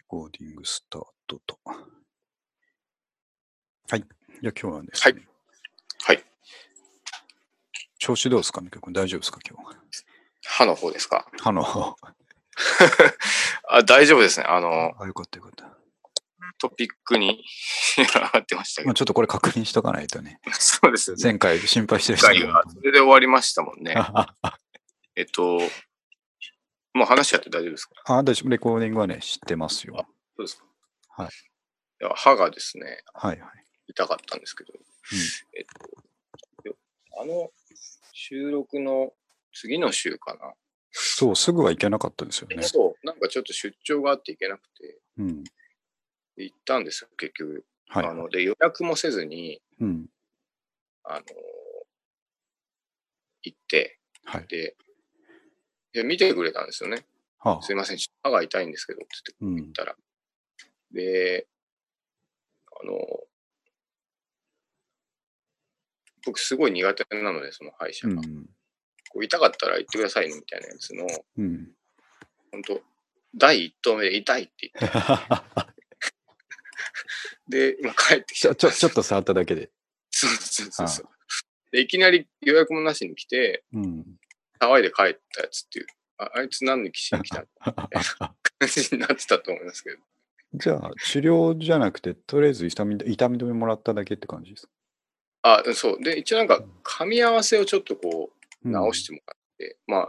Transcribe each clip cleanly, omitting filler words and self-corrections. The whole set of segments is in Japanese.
コーディングスタートと。はい。じゃあ今日はですはいね、。 はい。 調子どうですかね、結構大丈夫ですか、今日。 歯の方ですか。 歯の方。 大丈夫ですね。 よかったよかった。 トピックに上がってましたけど。 ちょっとこれ確認しとかないとね。 そうですよね。 前回心配してる前回はそれで終わりましたもんね。もう話しちゃって大丈夫ですか。 私、レコーディングはね、知ってますよ。 そうですか。 はい。 いや、歯がですね、 はいはい。 痛かったんですけど、収録の次の週かな。 そう、すぐは行けなかったですよね。 そう、なんかちょっと出張があって行けなくて、 うん。 行ったんですよ、結局。 はいはいで、予約もせずに、 うん。 行って、 はい。 で、見てくれたんですよね。 はあ。 すいません、歯が痛いんですけど、って言ったら。で、僕すごい苦手なので、その歯医者が。こう痛かったら言ってくださいね、みたいなやつの、本当第一投目で痛いって言って。で、今帰ってきて。 ちょっと触っただけで。 そう。で、いきなり予約もなしに来て、騒いで帰ったやつっていう、あいつ何のしに来たのみたいな感じになってたと思いますけど。 じゃあ、治療じゃなくて、とりあえず痛み止めもらっただけって感じですか。そう。で、一応なんか、噛み合わせをちょっとこう、直してもらって、まあ、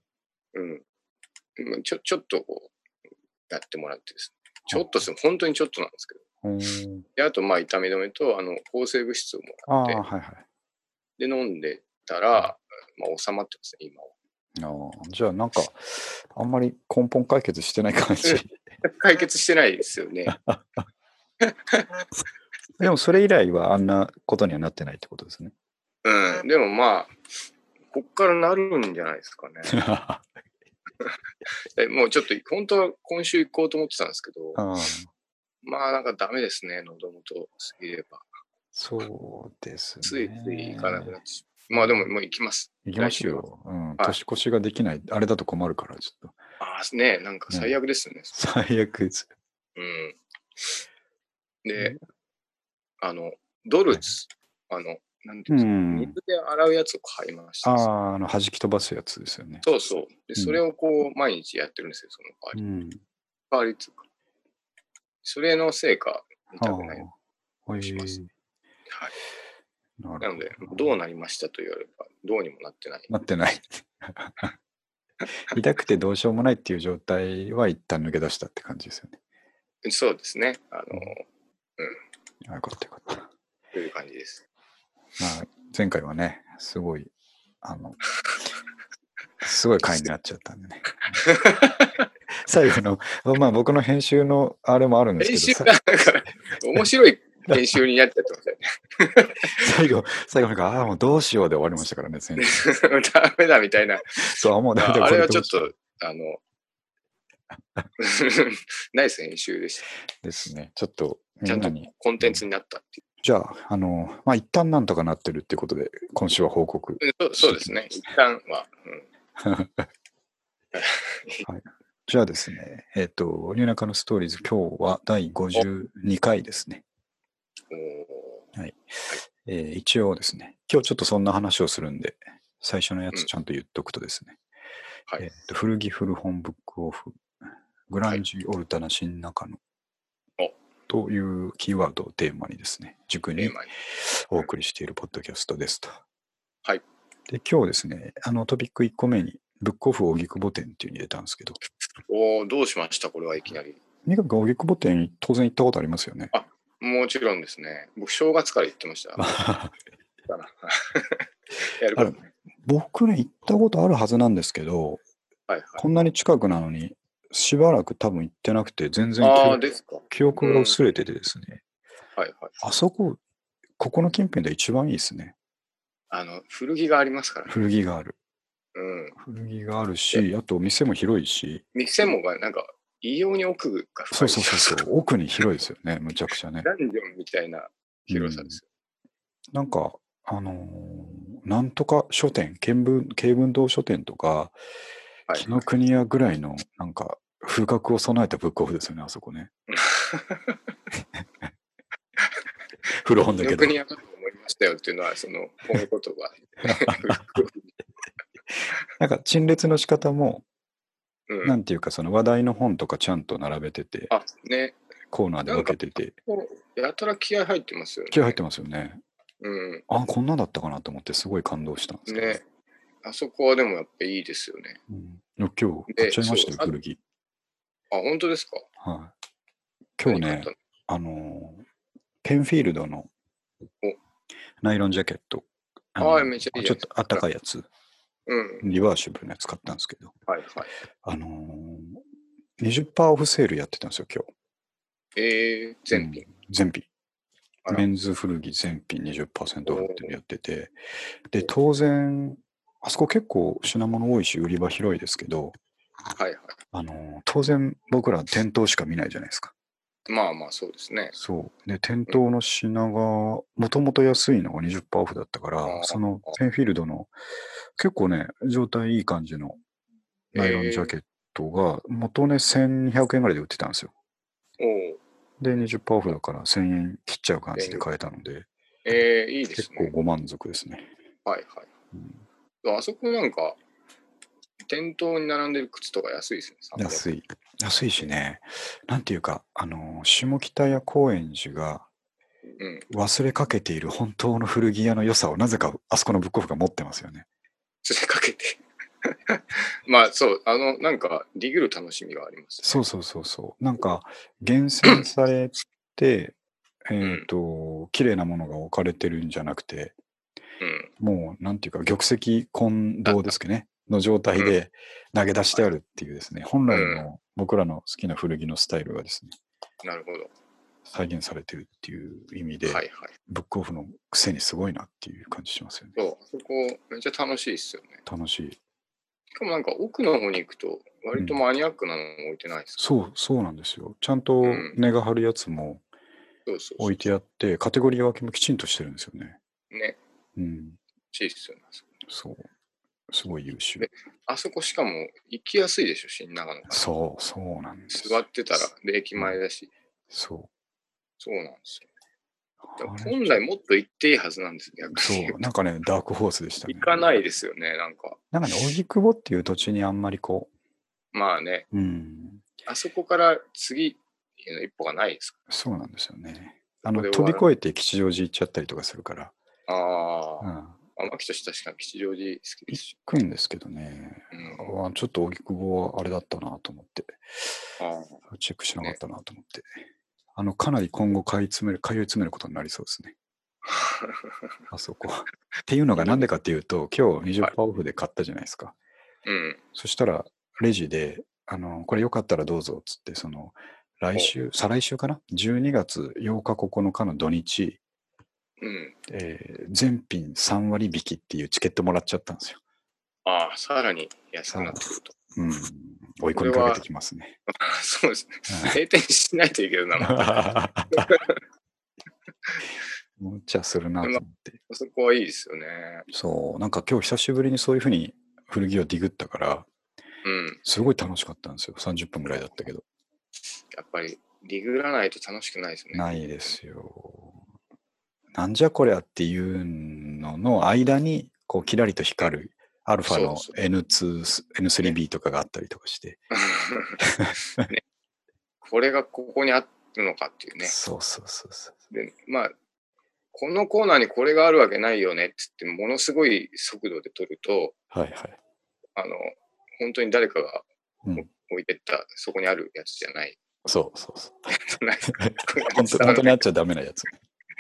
ちょっとこう、やってもらってですね。ちょっと本当にちょっとなんですけど。で、あと、まあ、痛み止めと、抗生物質をもらって、で、飲んでたら、まあ、収まってますね、今は。 じゃあなんかあんまり根本解決してない感じ。 解決してないですよね。 でもそれ以来はあんなことにはなってないってことですね。 でもまあこっからなるんじゃないですかね。もうちょっと本当は今週行こうと思ってたんですけど、まあなんかダメですね、喉元すぎれば。 そうですね。 ついつい行かなくなってしまう。まあでももう行きます。 行きましょうよ。年越しができない、あれだと困るから、ちょっと。 ね、なんか最悪ですね。 最悪です。 で、ドルツ、なんていうんですか、水で洗うやつを買いました。 弾き飛ばすやつですよね。 そうそう。で、それをこう、毎日やってるんですよ、その代わり。代わりっていうか。それのせいか、痛くないのします。はい。なので、どうなりましたと言われれば、どうにもなってない。 なってない。痛くてどうしようもないっていう状態は一旦抜け出したって感じですよね。 そうですね。 よかったよかった。 という感じです。 まあ、前回はね、すごい回になっちゃったんでね。最後の、まあ僕の編集のあれもあるんですけど。 編集がなんか、面白い編集になっちゃってましたよね。 最後なんか、もうどうしようで終わりましたからね、先生。ダメだみたいな。 そう、もうダメだ。 あれはちょっと、ナイス編集でした。 ですね。ちょっと、 ちゃんとコンテンツになったっていう。 じゃあ、まあ一旦なんとかなってるっていうことで、今週は報告。 そうですね。一旦は。 はい。じゃあですね、ニューナカのストーリーズ、今日は第52回ですね。はい。一応ですね、今日ちょっとそんな話をするんで、最初のやつちゃんと言っとくとですね、古着古本ブックオフ、グランジオルタナ新中野というキーワードをテーマにですね、塾にお送りしているポッドキャストですと。 はい。 で、今日ですね、トピック1個目に、ブックオフ荻窪店っていうのに入れたんですけど。 どうしましたこれはいきなり。 とにかく荻窪店、当然行ったことありますよね。 もちろんですね。僕、正月から行ってました。 僕ね、行ったことあるはずなんですけど、こんなに近くなのに、しばらく多分行ってなくて、全然記憶が薄れててですね。あそこ、ここの近辺で一番いいですね。 古着がありますからね。 古着がある。古着があるし、あと店も広いし。 店もなんか、異様に奥が深い。 そう。奥に広いですよね、むちゃくちゃね。 ダンジョンみたいな広さですよ。 なんか、なんとか書店、慶文堂書店とか、紀ノ国屋ぐらいの、なんか、 風格を備えたブックオフですよね、あそこね。古本だけど。 記憶にあると思いましたよっていうのは、その本言葉。 なんか陳列の仕方も、 うん、 なんていうか、その話題の本とかちゃんと並べてて、 あ、ね。 コーナーで分けてて。 やたら気合入ってますよね。 気合入ってますよね。 うん。 あ、こんなだったかなと思ってすごい感動したんですけど。 ね。あそこはでもやっぱいいですよね。 うん、今日買っちゃいましたよ、古着。 あ、本当ですか？ はい。今日ね、ペンフィールドのナイロンジャケット、 めっちゃいいちょっとあったかいやつ、リバーシブルのやつ買ったんですけど、 はいはい。 20%オフセールやってたんですよ、今日。 全品。 全品。メンズ古着全品 20% オフってやってて、で、当然、あそこ結構品物多いし、売り場広いですけど、 はいはい。 当然僕ら店頭しか見ないじゃないですか。 まあまあそうですね。 そう。で、店頭の品が、もともと安いのが 20% オフだったから、そのペンフィールドの結構ね、状態いい感じのナイロンジャケットが、元ね1200円ぐらいで売ってたんですよ。で、20% オフだから1000円切っちゃう感じで買えたので、 いいですね。 結構ご満足ですね。 はいはい。あそこなんか、店頭に並んでる靴とか安いですね。 安い。安いしね、なんていうか、下北や高円寺が忘れかけている本当の古着屋の良さをなぜかあそこのブックオフが持ってますよね。 忘れかけて。まあそう、なんか、ディグる楽しみがあります、 ね。そう。なんか、厳選されて、綺麗なものが置かれてるんじゃなくて、もう、なんていうか、玉石混同ですけどね、の状態で投げ出してあるっていうですね、本来の僕らの好きな古着のスタイルがですね、 なるほど。 再現されてるっていう意味で、ブックオフのくせにすごいなっていう感じしますよね。 そう、そこめっちゃ楽しいですよね。 楽しい。 しかもなんか奥の方に行くと、割とマニアックなの置いてないですか？ そうなんですよ。ちゃんと値が張るやつも置いてあって、カテゴリー分けもきちんとしてるんですよね。 ね。 うん。 いいですよね。 そう。すごい優秀。 で、あそこしかも行きやすいでしょ、新長野から。 そうなんです。 座ってたら、で、駅前だし。そうなんですよ。本来もっと行っていいはずなんですよ、逆に。 そう、なんかね、ダークホースでしたね。 行かないですよね、なんか。 なんかね、荻窪っていう土地にあんまりこう。まあね。あそこから次の一歩がないですか？ そうなんですよね。飛び越えて吉祥寺行っちゃったりとかするから。 牧として確かに吉祥寺好きですし。 行くんですけどね。ちょっと荻窪はあれだったなと思って。チェックしなかったなと思って。かなり今後通い詰めることになりそうですね。あそこ。っていうのがなんでかっていうと、今日20%オフで買ったじゃないですか。そしたら、レジで、これよかったらどうぞっつって、再来週かな ?12 月8日9日の土日、全品3割引きっていうチケットもらっちゃったんですよ。 さらに安くなってくると。 追い込みかけてきますね。 そうですね。閉店しないといけないな。 むっちゃするなと思って。 そこはいいですよね。 そう、なんか今日久しぶりにそういうふうに古着をディグったから、すごい楽しかったんですよ。30分ぐらいだったけど。 やっぱりディグらないと楽しくないですね。 ないですよ。なんじゃこりゃっていうのの間に、こう、キラリと光るアルファの N3B とかがあったりとかして。 これがここにあるのかっていうね。 そう。 で、まあ、このコーナーにこれがあるわけないよねって言って、ものすごい速度で撮ると、本当に誰かが置いてった、そこにあるやつじゃない。 そう。本当にあっちゃダメなやつ。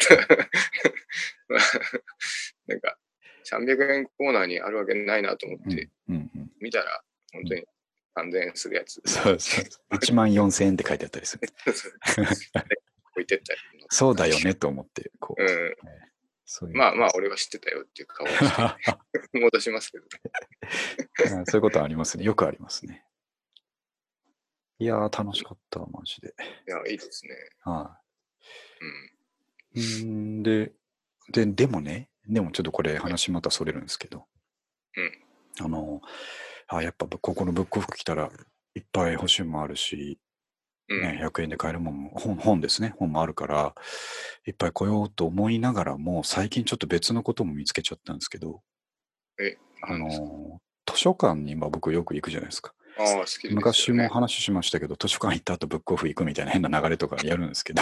なんか、300円コーナーにあるわけないなと思って、見たら、本当に3000円するやつ。 そう。1万4000円って書いてあったりする。 置いてったり。 そうだよねと思って、こう。まあ、俺は知ってたよっていう顔をして戻しますけどね。そういうことありますね。よくありますね。いやー、楽しかった、マジで。 いや、いいですね。 でもね、ちょっとこれ話またそれるんですけど、やっぱここのブックオフ来たらいっぱい欲しいもんあるし、 うん。 ね、100円で買えるもんも、本ですね、本もあるから、いっぱい来ようと思いながらも、最近ちょっと別のことも見つけちゃったんですけど、 何ですか？ 図書館に僕よく行くじゃないですか。 ああ、好きです昔よね。 も話しましたけど、図書館行った後ブックオフ行くみたいな変な流れとかやるんですけど、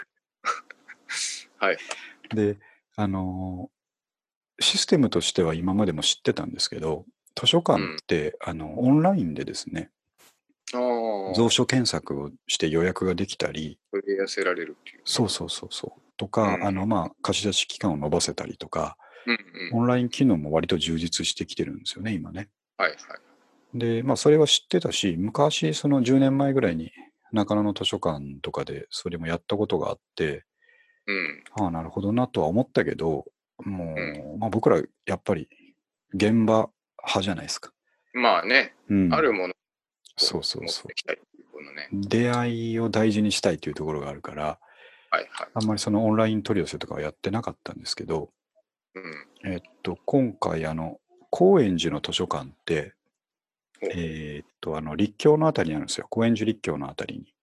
はい。 で、あのシステムとしては今までも知ってたんですけど、図書館っうん。 てオンラインでですね、 ああ、 蔵書検索をして予約ができたり、 取り寄せられるっていうね。 そうそうそうそう、とか、 うん。 貸し出し期間を延ばせたりとか、 うんうん。 オンライン機能も割と充実してきてるんですよね、今ね。 はいはい。 で、それは知ってたし、昔、その10年前ぐらいに中野の図書館とかでそれもやったことがあって、 うん。 ああ、なるほどなとは思ったけど、 うん。 もう、僕らやっぱり現場派じゃないですか。 まあね、 うん。 あるものそうをそうそ持ってきたいっていうこのね。 う。出会いを大事にしたいというところがあるから、 はいはい。 あんまりそのオンライン取り寄せとかはやってなかったんですけど、 うん。 今回高円寺の図書館って、 ほうほう。 立教のあたりにあるんですよ。高円寺立教のあたりに、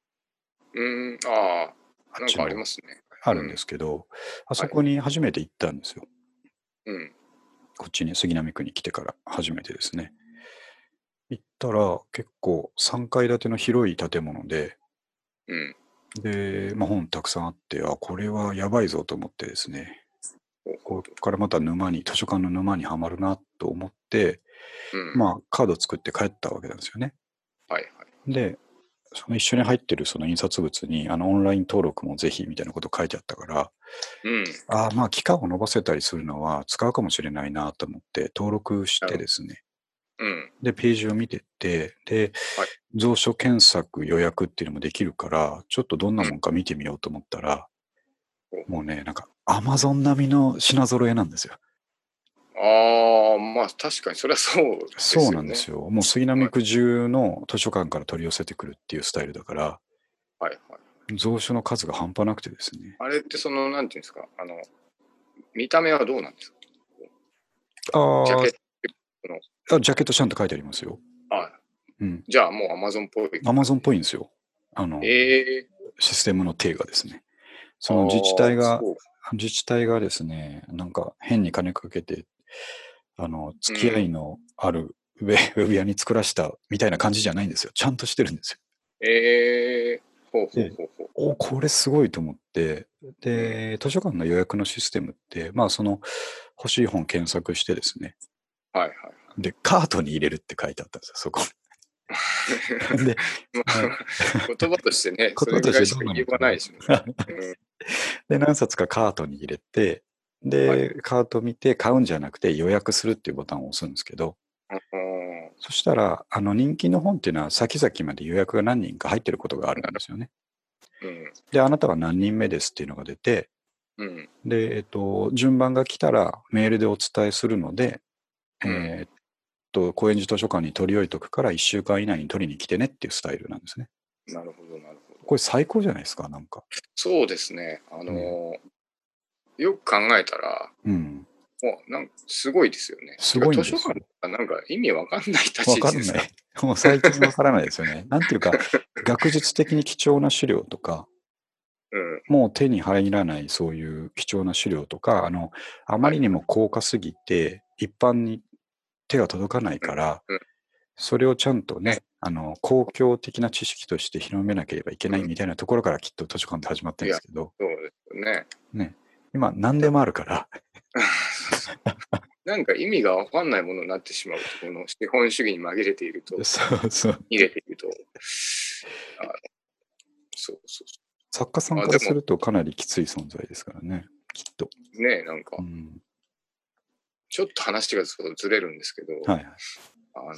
ああ、なんかありあっちの、 ますね。 あるんでうん。 すけど、あそはい。 こに初めて行ったんですよ。 うん。 こっちに杉並区に来てから初めてですね。行ったら結構3階建ての広い建物で、 うん。 で、本たくさんあって、これはやばいぞと思ってですね、 ほうほうほここからまた図書館の沼にはまるなと思って、 う。うん。 カード作って帰ったわけなんですよね。 はいはい。 で、その一緒に入ってるその印刷物に、オンライン登録もぜひみたいなこと書いてあったから、 うん。 期間を延ばせたりするのは使うかもしれないなと思って登録しなるほてですね。 ど。うん。 で、ページを見てって、で、 はい。 蔵書検索予約っていうのもできるから、ちょっとどんなうん。 もんか見てみようと思ったら、 ほうほう。 もうね、なんか、アマゾン並みの品揃えなんですよ。 ああ、まあ確かにそれはそうでそうすよね。 なんですよ。もう杉並区中の図書館から取り寄せてくるっていうスタイルだから、 はいはい。 蔵書の数が半端なくてですね。 あれってなんていうんですか、見た目はどうなんですか？ジャあケットの、 ジャケットちゃんと書いてありますよ。 あ、 うん。 じゃあもう Amazon っぽいアマゾンっ感じ。 ぽいんですよ。あの、 ええシステムの体がですね。 ー、 そのああ、そう。 自治体がですね、なんか変に金かけて、 う付き合いん。 のあるウェブ屋に作らしたみたいな感じじゃないんですよ。ちゃんとしてるんですええー、ほうよ。 ほうで、 ほうほう。 これすごいと思って、 うん。 で、図書館の予約のシステムって、欲しい本検索してですね、 はいはい。 で、カートに入れるって書いてあったんですよ、そこ。で、 まそのあ、言葉としてね、それぐ言葉としてどらいしか言いよううなのかな。 がないですもんね。うん。 で、何冊かカートに入れて、 はい。 で、カート見て買うんじゃなくて予約するっていうボタンを押すんですけど、 ああ、 そしたら、人気の本っていうのは先々まで予約が何人か入ってることがあるなるんですよね。 うん。 で、あなたは何人目ですっていうのが出て、 うん。 で、順番が来たらメールでお伝えするので、 うん。 高円寺図書館に取り置いとくから1週間以内に取りに来てねっていうスタイルなんですね。 なるほど、なるほど。 これ最高じゃないですか、なんか。 そうですね。 ね。 よく考えたら、 うん。 もうすごいですよね。 すてか、図書館ごいんですよ。 がなんか意味わかんない立ちわ位置ですか？ かんない。もう最近わからないですよね。なんていうか、学術的に貴重な資料とか、 うん。 もう手に入らないそういう貴重な資料とか、あまはい。 りにも高価すぎて、一般に手が届かないうん。 から、 うん。 それをちゃんとね。 ね、公共的な知識として広めなければいけうん。 ないみたいなところからきっと図書館って始まってるいや、 んですけど、 そうですよね。 ね、今何でもあるから、 なんか意味がわかんないものになってしまうと、この資本主義に紛れていると、 そうそう。 逃げていると、あそうそうそ作家さんう。あ、 からでもするとかなりきつい存在ですからね、きっと。 ね、なんか、 うん。 ちょっと話がずれるんですけど、 はいはい。 あの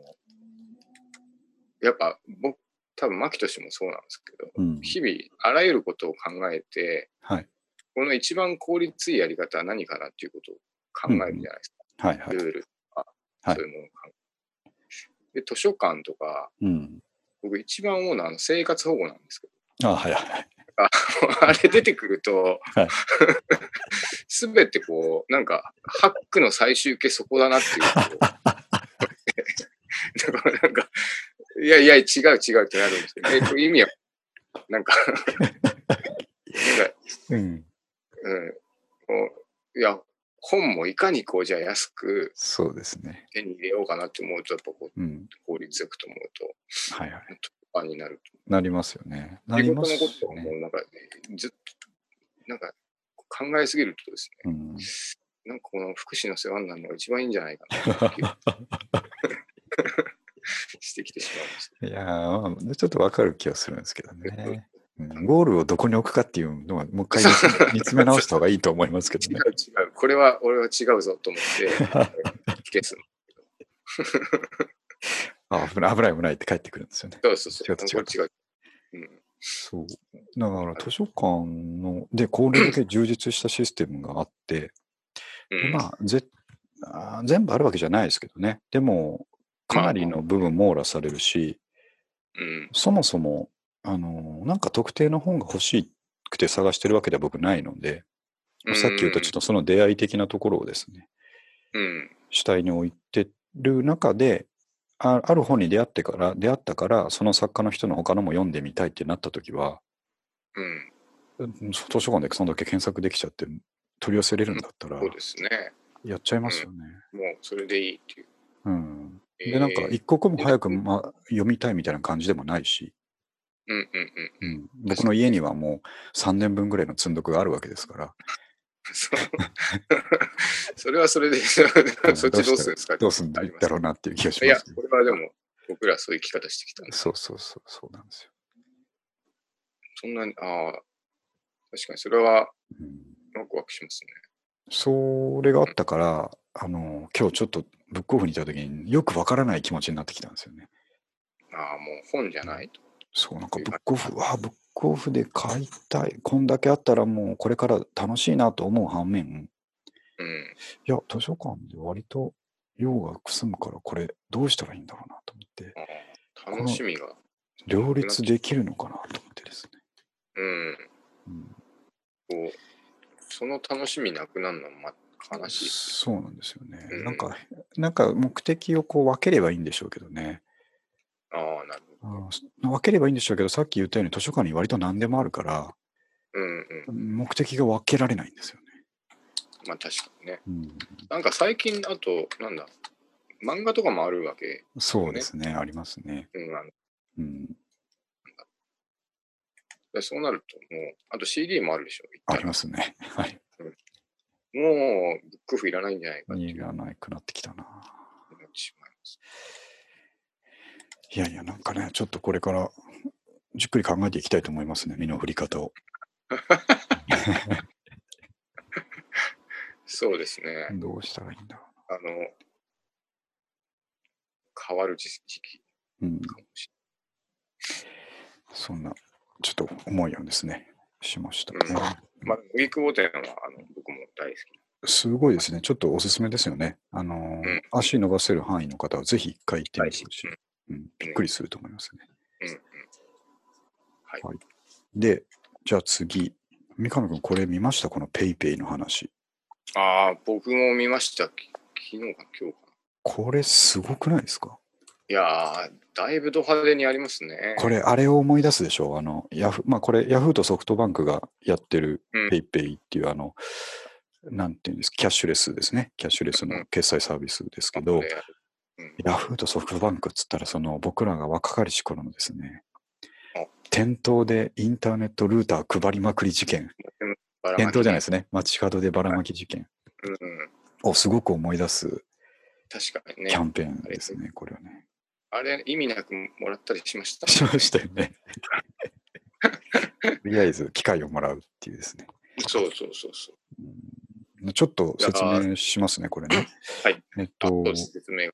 やっぱ多分牧俊もそうなんですけど、 うん。 日々あらゆることを考えて、 はい。 この一番効率いいやり方は何かなっていうことを考うんうん。 えるじゃないですか。 はいはい。 ルールとか、 はい。 そういうものを考えで、図書館とか、 うん。 僕一番思うのは生活保護なんですけど、 はいはいはい。 ああれ出てくると、 はい。 すべてこう、なんか、ハックの最終形そこだなっていうことを、だからなんか、 いやいや、違うってなるんですけど、意味は、なんかうん。 いや、本もいかにこう、じゃあ安く、 そうですね。 手に入れようかなって思うと、やっぱこう、効率よくと思うと、 はいはい。 不安になる。 なりますよね。な仕ります事のことをね。 もうなんか、ずっと、なんか考えすぎるとですね、なんかこの福祉の世話になるのが一番いいんじゃないかなしてきてしまうんです。 いやー、ちょっとわかる気がするんですけどね。ゴールをどこに置くかっていうのは、もう一回見つめ直した方がいいと思いますけどね。 違う。これは、俺は違うぞと思って、消す。 危ないって帰ってくるんですよね。 そう。これ違う。 そう。だから図書館の、で、これだけ充実したシステムがあって、でまあ、全部あるわけじゃないですけどね。でも、かなりの部分網羅されるし、そもそも、なんか特定の本が欲しくて探してるわけでは僕ないので、さっき言ったちょっとその出会い的なところをですね、主体に置いてる中で、ある本に出会ったから、その作家の人の他のも読んでみたいってなった時は、図書館でそんだけ検索できちゃって取り寄せれるんだったら、 そうですね。 やっちゃいますよね。 もうそれでいいっていう。 で、なんか一刻も早く、読みたいみたいな感じでもないし、僕の家にはもう3年分ぐらいの積んどくがあるわけですから。 それはそれで、そっちどうするんですか？ どうするんだろうなっていう気がします。 いや、これはでも、僕らそういう生き方してきたんで。 そうなんですよ。 そんなに、確かにそれは、ワクワクしますね。 それがあったから、今日ちょっとブックオフにいた時によくわからない気持ちになってきたんですよね。 もう本じゃないと。 そう、なんかブックオフで買いたい。こんだけあったらもうこれから楽しいなと思う反面、いや、図書館で割と用が済むからこれどうしたらいいんだろうなと思って。 楽しみが。 両立できるのかなと思ってですね。 その楽しみなくなるのは悲しい。 そうなんですよね。なんか目的をこう分ければいいんでしょうけどね。 なるほど。分ければいいんでしょうけど、さっき言ったように図書館に割と何でもあるから、目的が分けられないんですよね。 まあ確かにね。なんか最近あと、漫画とかもあるわけ、 そうですね、ありますね。 そうなるともう、あと CD もあるでしょ。 ありますね。はい。 もう、ブックオフいらないんじゃないかっていう。 いらなくなってきたな。いやいや、なんかね、ちょっとこれからじっくり考えていきたいと思いますね、身の振り方を。 そうですね。 どうしたらいいんだろう。 変わる時期かもしれない。 そんな、ちょっと思いをですね、しました。 ウィークウォーテンは僕も大好き。すごいですね。ちょっとおすすめですよね。足伸ばせる範囲の方はぜひ一回行ってみてほしい。びっくりすると思いますね。はい。で、じゃあ次、三上君これ見ました？このペイペイの話。 僕も見ました。昨日か今日か。 これすごくないですか？ いやー、だいぶド派手にありますね。 これ、あれを思い出すでしょう。これ、ヤフーとソフトバンクがやってるペイペイっていうなんていうんですか、キャッシュレスですね。キャッシュレスの決済サービスですけど、ヤフーとソフトバンクっつったら、僕らが若かりし頃のですね、店頭でインターネットルーター配りまくり事件。店頭じゃないですね。街角でばらまき事件をすごく思い出す確かにね。 キャンペーンですね、これはね。 あれ、意味なくもらったりしました。 しましたよね。とりあえず機械をもらうっていうですね。 そう。 ちょっと説明しますね、これね。 はい。説明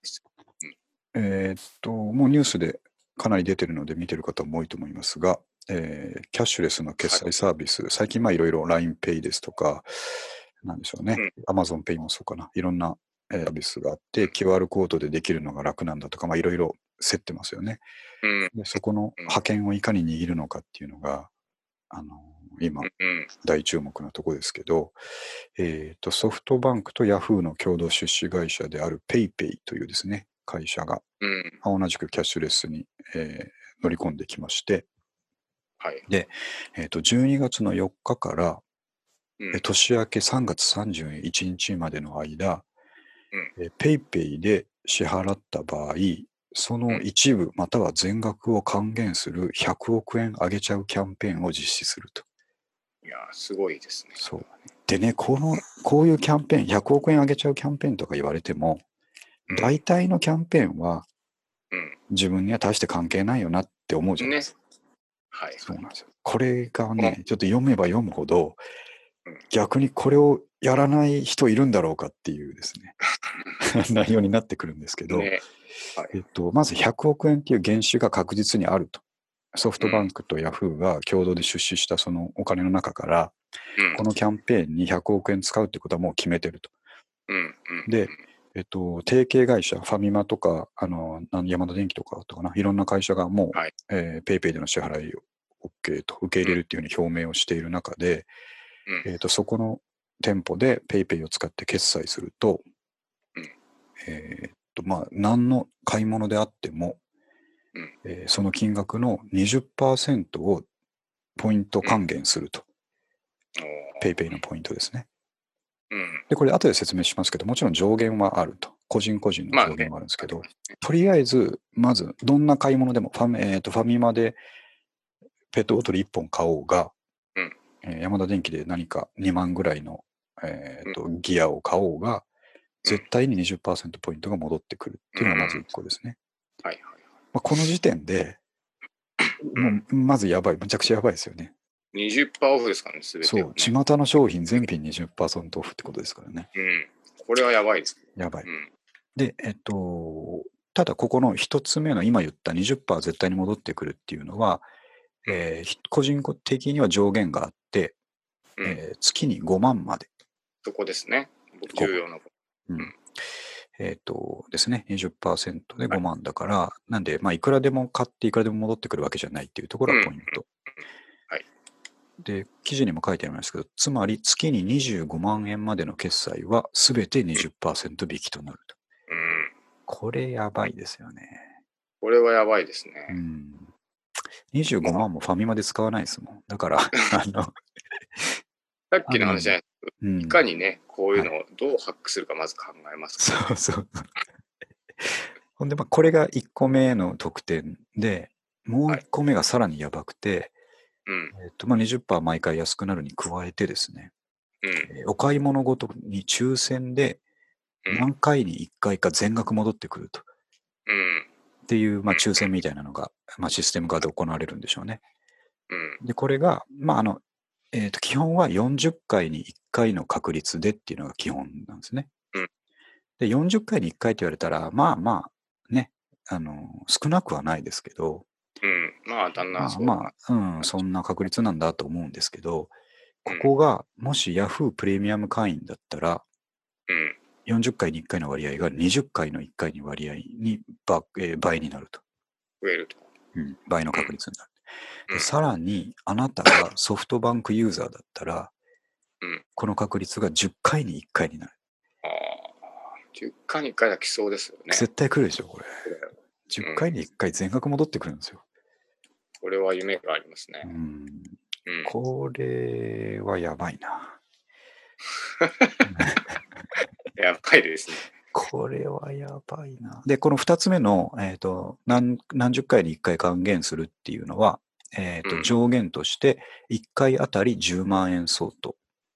もうニュースでかなり出てるので見てる方も多いと思いますが、キャッシュレスの決済サービス、最近いろいろ LINEPay ですとか、なんでしょうね、AmazonPay もそうかな、いろんなサービスがあって、QR コードでできるのが楽なんだとか、いろいろ競ってますよね。でそこの覇権をいかに握るのかっていうのが、今、大注目なところですけど、ソフトバンクとヤフーの共同出資会社である PayPay というですね、 会社が、 うん。 同じくキャッシュレスに、乗り込んできまして、 はい。 で、12月の4日から、 うん。 年明け3月31日までの間、 うん。 ペイペイで支払った場合、その一部または全額を還元する100億円上げちゃうキャンペーンを実施すると。 いやー、すごいですね。 そう。でね、こういうキャンペーン、100億円上げちゃうキャンペーンとか言われても、大体のキャンペーンは自分には大して関係ないよなって思うじゃないですか。 ね。はい。 そうなんですよ。これがね。 ね、ちょっと読めば読むほど、逆にこれをやらない人いるんだろうかっていうですね、内容になってくるんですけど、 ね。はい。 まず100億円っていう原資が確実にあると。ソフトバンクとヤフーが共同で出資したそのお金の中から、このキャンペーンに100億円使うってことはもう決めてると。で、提携会社、ファミマとか、ヤマダ電機とかかな、いろんな会社がもう、ペイペイでの支払いを OK と受け入れるっていうふうに表明をしている中で、そこの店舗でペイペイを使って決済すると、何の買い物であっても、その金額の 20% をポイント還元すると。ペイペイのポイントですね。で、これ後で説明しますけど、もちろん上限はあると。個人個人の上限はあるんですけど、とりあえず、まず、どんな買い物でも、ファミマでペットボトル1本買おうが、ヤマダ電機で何か2万ぐらいの、ギアを買おうが、絶対に 20% ポイントが戻ってくるっていうのがまず1個ですね。この時点で、もうまずやばい、むちゃくちゃやばいですよね。 20% オフですかね、すべて、ね。 そう、巷の商品全品 20% オフってことですからね。 これはやばいです。 やばい。で、ただここの一つ目の今言った 20% 絶対に戻ってくるっていうのは、個人的には上限があって、月に5万まで。 そこですね。重要なこと。 ですね、20% で5万だから、なんで、いくらでも買っていくらでも戻ってくるわけじゃないっていうところがポイント。で、記事にも書いてありますけど、つまり月に25万円までの決済は全て 20% 引きとなると。これやばいですよね。 これはやばいですね。 25万もファミマで使わないですもん。だから、 さっきの話じゃないですいかにね、こういうのをどうハックするかまず考えます。 そうそう。ほんで、これが1個目の特典で、もう1個目がさらにやばくて、20% 毎回安くなるに加えてですね、お買い物ごとに抽選で何回に1回か全額戻ってくると。っていう、抽選みたいなのが、システム側で行われるんでしょうね。で、これが、基本は40回に1回の確率でっていうのが基本なんですね。で、40回に1回って言われたら、ね、少なくはないですけど、 だんだんそうそんな確率なんだと思うんですけど、ここがもし Yahoo プレミアム会員だったら、40回に1回の割合が20回の1回に割合に倍になると。 増えると。 倍の確率になる。でさらに、あなたがソフトバンクユーザーだったら、この確率が10回に1回になる。 10回に1回は来そうですよね。 絶対来るでしょ、これ。10回に1回全額戻ってくるんですよ。 これは夢がありますね。 これはやばいな。 やばいですね。 これはやばいな。で、この2つ目の、何十回に1回還元するっていうのは、上限として1回あたり10万円相当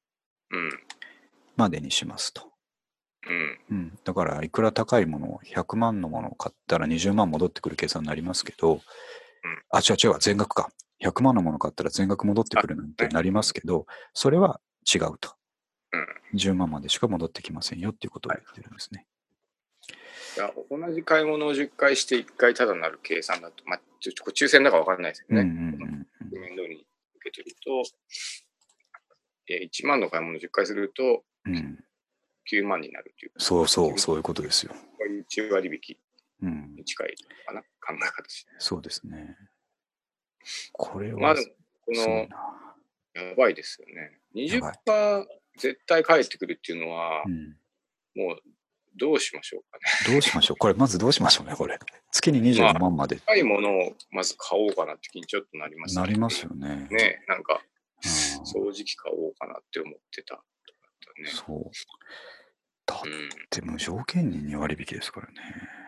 までにしますと。だから、いくら高いものを100万のものを買ったら20万戻ってくる計算になりますけど、違う、全額か。100万のものを買ったら全額戻ってくるなんてなりますけど、それは違うと。10万までしか戻ってきませんよっていうことを言ってるんですね。 いや、同じ買い物を10回して1回ただなる計算だと、抽選だから分からないですよね。面倒に受け取ると、1万の買い物を10回すると、9万になるという。 そういうことですよ。 1割引きに近いかな、考え方し。 そうですね。これは、 やばいですよね。20% 絶対返ってくるっていうのは、もうどうしましょうかね。 どうしましょうこれ、まずどうしましょうね、これ。月に25万まで。 高いものをまず買おうかなって気にちょっとなりますね。なりますよね。 ね、なんか、掃除機買おうかなって思ってた。 ね、そう。だって無条件に2割引きですからね。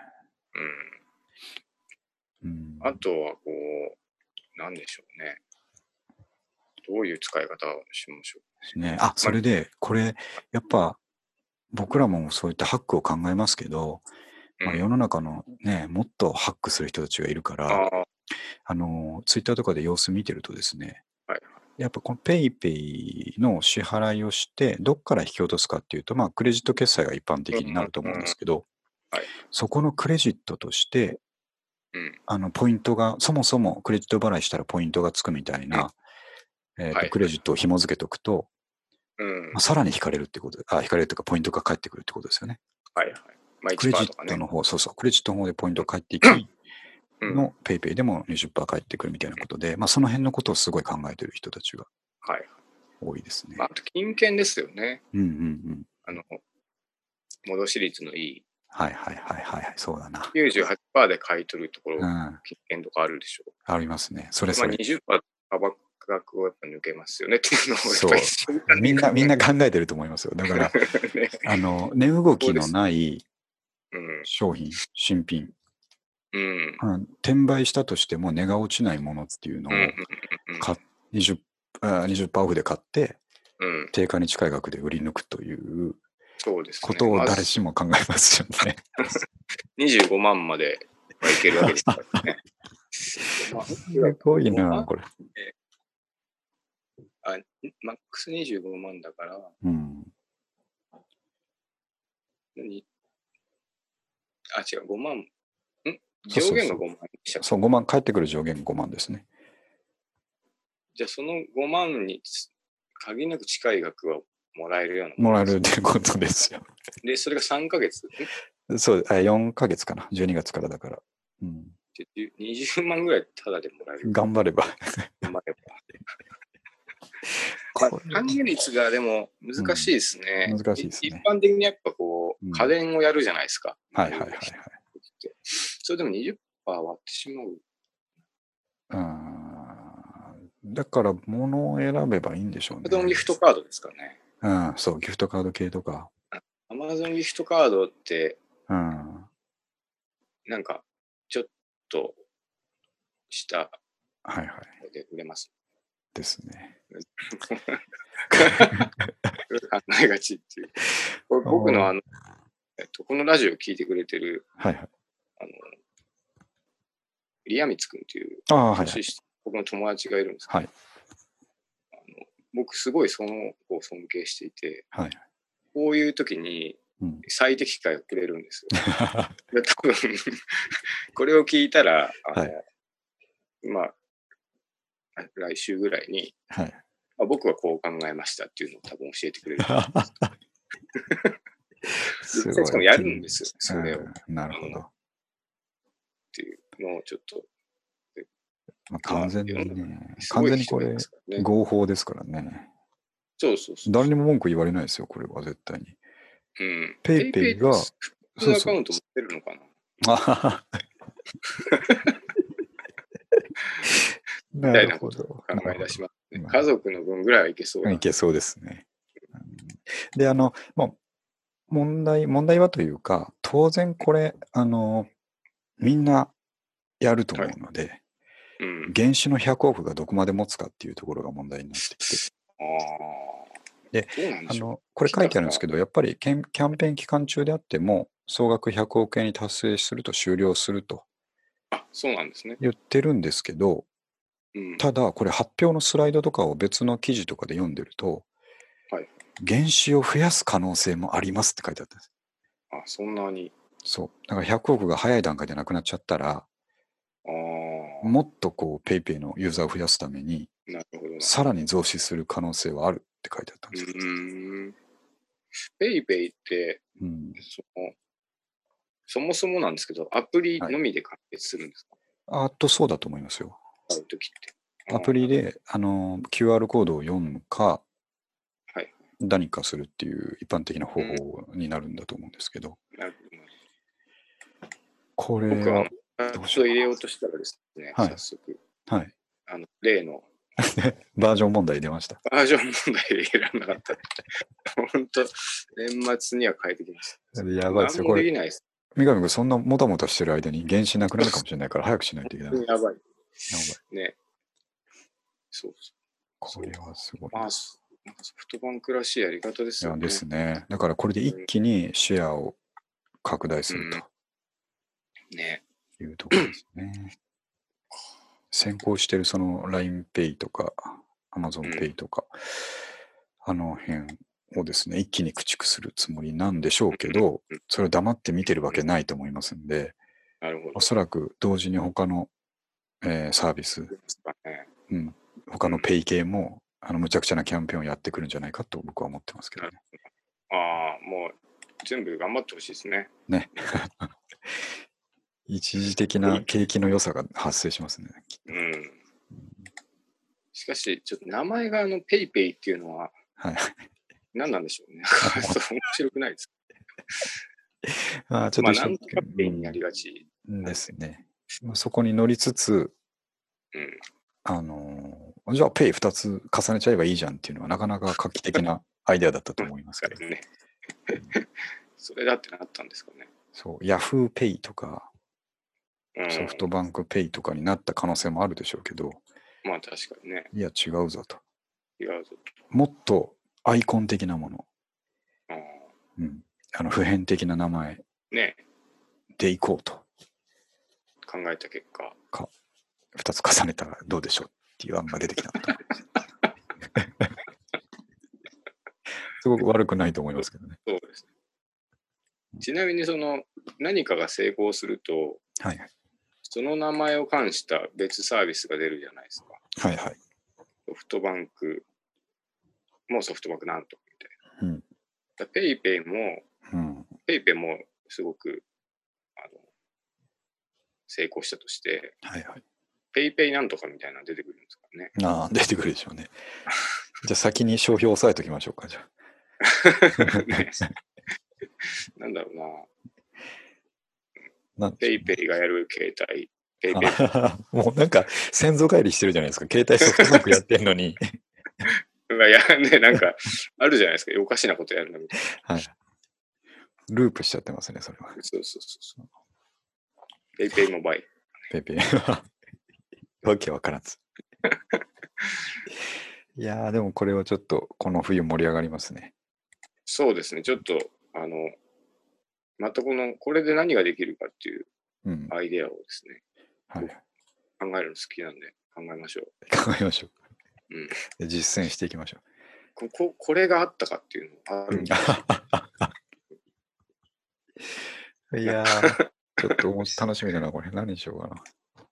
あとはこう、なんでしょうね。どういう使い方をしましょうね。それで、これ、やっぱ、僕らもそういったハックを考えますけど、世の中のね、もっとハックする人たちがいるから、ツイッターとかで様子見てるとですね、やっぱこの PayPay の支払いをして、どっから引き落とすかっていうと、クレジット決済が一般的になると思うんですけど、そこのクレジットとして、ポイントが、そもそもクレジット払いしたらポイントがつくみたいな、クレジットを紐付けとくと、さらに引かれるってことで、引かれるというか、ポイントが返ってくるってことですよね。クレジットの方、クレジットの方でポイントが返っていき、の PayPay でも 20% 返ってくるみたいなことで、その辺のことをすごい考えてる人たちが多いですね。 あと、金券ですよね。戻し率のいい。 そうだな。 98% で買い取るところ、金券とかあるでしょう。 ありますね。それ。 20%価格をやっぱ抜けますよねっていうのをみんな考えてると思いますよ。だから、値動きのない商品、新品。転売したとしても値が落ちないものっていうのを20% オフで買って、定価に近い額で売り抜くということを誰しも考えますよね。 25万まではいけるわけですからね。 すごいな、これ。 マックス25万だから、違う、5万。上限が5万でしたっけ？ そう、5万、返ってくる上限5万ですね。 じゃあ、その5万に限りなく近い額はもらえるようなもらえるってことですよ。 で、それが3ヶ月？ そう、4ヶ月かな。12月からだから。 20万ぐらいタダでもらえる。 頑張れば。 還元率がでも難しいですね。 難しいですね。 一般的にやっぱこう、家電をやるじゃないですか。それでも 20% 割ってしまう。 だから、物を選べばいいんでしょうね。 アマゾンギフトカードですかね。 そう、ギフトカード系とか。 アマゾンギフトカードって、なんか、ちょっとしたで売れます。 ですね。 考えがちっていう。僕のこのラジオを聞いてくれてる、リアミツ君っていう、僕の友達がいるんですけど、僕すごいその子を尊敬していて、こういう時に最適解をくれるんですよ。多分これを聞いたら、来週ぐらいに、僕はこう考えましたっていうのを多分教えてくれる。しかもやるんですよ、それを。 なるほど。 っていうのをちょっと。 完全にこれ、合法ですからね。 そう。 誰にも文句言われないですよ、これは絶対に。ペイペイが、 普通のアカウント持ってるのかな。みたいなことを考え出しますね。家族の分ぐらいはいけそう。 いけそうですね。で、問題はというか、当然これ、みんなやると思うので、原資の100億がどこまで持つかっていうところが問題になってきて。で、これ書いてあるんですけど、やっぱりキャンペーン期間中であっても、総額100億円に達成すると終了すると。 そうなんですね。 言ってるんですけど、ただ、これ発表のスライドとかを別の記事とかで読んでると、原資を増やす可能性もありますって書いてあったんです。 そんなに。 そう。だから100億が早い段階でなくなっちゃったら、もっとこう、ペイペイのユーザーを増やすために、さらに増資する可能性はあるって書いてあったんですよ。 ペイペイって、そもそもなんですけど、アプリのみで完結するんですか？ そうだと思いますよ。 買うときって。 アプリで、QR コードを読むか、 何かするっていう一般的な方法になるんだと思うんですけど、これ僕ははどうしよう入れようとしたらですね、 はい、 早速、 はい。 例のバージョン問題出ました。 バージョン問題で入れられなかった。本当、年末には変えてきました。 やばいですよ、これ。 何もできないです。 三上君、そんなもたもたしてる間に原子なくなるかもしれないから、早くしないといけない。 やばい。 やばい。 ね。そうそう。 これはすごい。 まあ、なんかソフトバンクらしいやり方ですよね。 ですね。だからこれで一気にシェアを拡大すると、 ね。 いうところですね。先行してるその LINEPay とか AmazonPay とか、あの辺をですね、一気に駆逐するつもりなんでしょうけど、それを黙って見てるわけないと思いますんで、おそらく同時に他の、サービス、他のペイ系もむちゃくちゃなキャンペーンをやってくるんじゃないかと僕は思ってますけどね。 ああ、もう全部頑張ってほしいですね。 ね。一時的な景気の良さが発生しますね。 しかし、ちょっと名前がペイペイっていうのは、何なんでしょうね。面白くないですか。 ちょっとなんとかペイになりがちですね。そこに乗りつつ、じゃあペイ2つ重ねちゃえばいいじゃんっていうのはなかなか画期的なアイデアだったと思いますけどね。それだってなったんですかね。 そう、ヤフーペイとか、ソフトバンクペイとかになった可能性もあるでしょうけど、 まあ確かにね。 いや、違うぞと。 違うぞと。 もっとアイコン的なもの。普遍的な名前でいこうと。 考えた結果。 2つ重ねたらどうでしょうっていう案が出てきたと。すごく悪くないと思いますけどね。 そうですね。ちなみに何かが成功すると、その名前を冠した別サービスが出るじゃないですか。ソフトバンクもソフトバンクなんとかみたいな。ペイペイもすごく成功したとして、ペイペイなんとかみたいなの出てくるんですかね。 出てくるでしょうね。じゃあ先に商標を押さえときましょうか、じゃあ。 なんだろうな。ペイペイがやる携帯。ペイペイ。 もうなんか先祖返りしてるじゃないですか。携帯ソフトバンクやってんのに。 なんかあるじゃないですか。おかしなことやるのみたいな。 ループしちゃってますね、それは。 そう。ペイペイモバイル。 ペイペイ。わけわからず。いやー、でもこれはちょっとこの冬盛り上がりますね。 そうですね。ちょっと、またこれで何ができるかっていうアイデアをですね、考えるの好きなんで考えましょう。 考えましょう。実践していきましょう。これがあったかっていうのがあるんですいやー、ちょっと楽しみだな、これ。何にしようかな。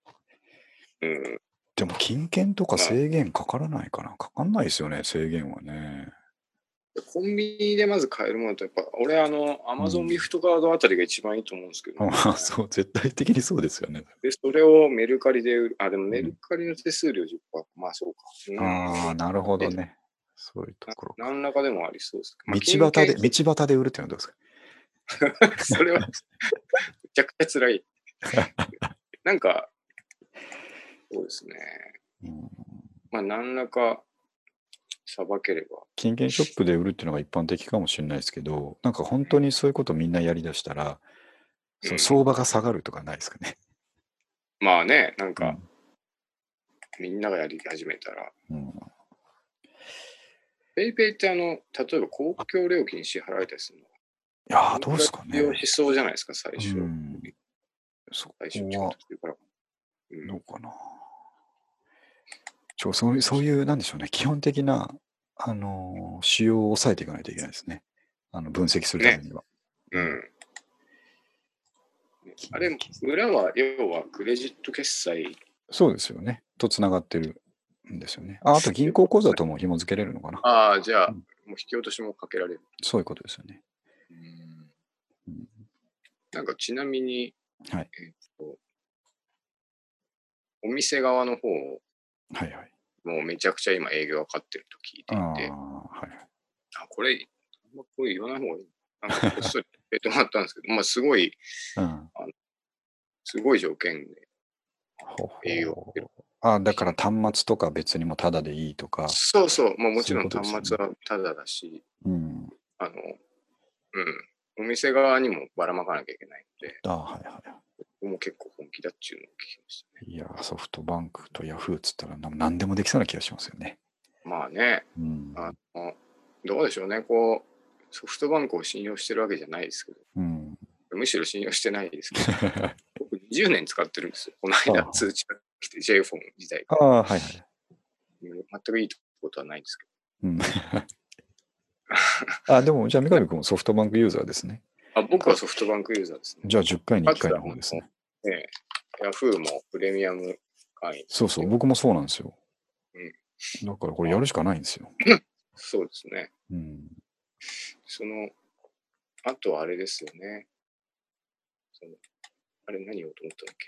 でも、金券とか制限かからないかな。かかんないですよね、制限はね。 コンビニでまず買えるものと、やっぱ、俺、アマゾンギフトカードあたりが一番いいと思うんですけど、 そう、絶対的にそうですよね。 で、それをメルカリで売る。でもメルカリの手数料10%。まあ、そうか。 なるほどね。そういうところ。 何らかでもありそうです。 道端で売るっていうのはどうですか？ それは、めちゃくちゃ辛い。なんか、そうですね。何らかさばければ。 金券ショップで売るっていうのが一般的かもしれないですけど、なんか本当にそういうことみんなやりだしたら、その相場が下がるとかないですかね。 まあね、なんか、みんながやり始めたら。ペイペイって例えば公共料金支払いたりするの？ いやー、どうですかね。 利用しそうじゃないですか、最初。 そこは、どうかな。そういう、なんでしょうね、基本的な、仕様を抑えていかないといけないですね。分析するためには。 あれ、裏は、要はクレジット決済。 そうですよね。とつながってるんですよね。あと銀行口座とも紐付けれるのかな。 じゃあ、もう引き落としもかけられる。 そういうことですよね。 なんかちなみに、お店側の方、もうめちゃくちゃ今営業がかかってると聞いていて、 これ言わない方がいい。なんかこっそり言ってもらったんですけど、まあすごい、すごい条件で栄養を。 だから端末とか別にもタダでいいとか。 そうそう、まあもちろん端末はタダだし、お店側にもばらまかなきゃいけないので、 はいはい。 ここも結構本気だっていうのを聞きましたね。 いや、ソフトバンクとヤフーっつったら何でもできそうな気がしますよね。 まあね、どうでしょうね、こう、ソフトバンクを信用してるわけじゃないですけど、むしろ信用してないですけど、僕20年使ってるんですよ。この間通知が来て J フォン自体が。 はいはい。 全くいいことはないんですけど。でもじゃあ三上君もソフトバンクユーザーですね。 僕はソフトバンクユーザーですね。 じゃあ10回に1回の方ですね。 ヤフーもプレミアム会員。 そうそう、僕もそうなんですよ。だからこれやるしかないんですよ。 そうですね。あとはあれですよね。あれ何をと思ったんだっけ？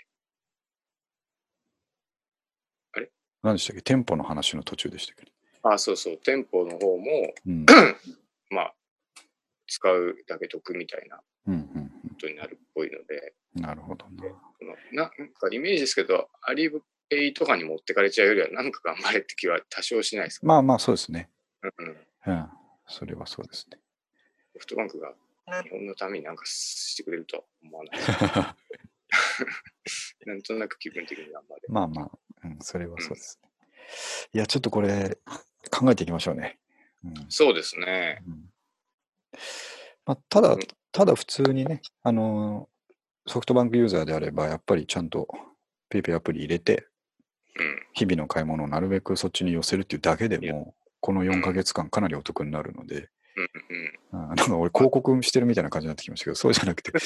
あれ何でしたっけ？店舗の話の途中でしたっけ？ そうそう。店舗の方も、まあ、使うだけ得みたいなことになるっぽいので。 なるほどなんかイメージですけど、アリペイとかに持ってかれちゃうよりは、なんか頑張れって気は多少しないですか？ まあそうですね。それはそうですね。 ソフトバンクが日本のためになんかしてくれるとは思わない。なんとなく気分的に頑張れ。 まあ、それはそうですね。いや、ちょっとこれ考えていきましょうね。 そうですね。 ただ普通にね、ソフトバンクユーザーであれば、やっぱりちゃんと PayPay アプリ入れて、日々の買い物をなるべくそっちに寄せるっていうだけでも、この4ヶ月間かなりお得になるので、なんか俺広告してるみたいな感じになってきましたけど、そうじゃなくて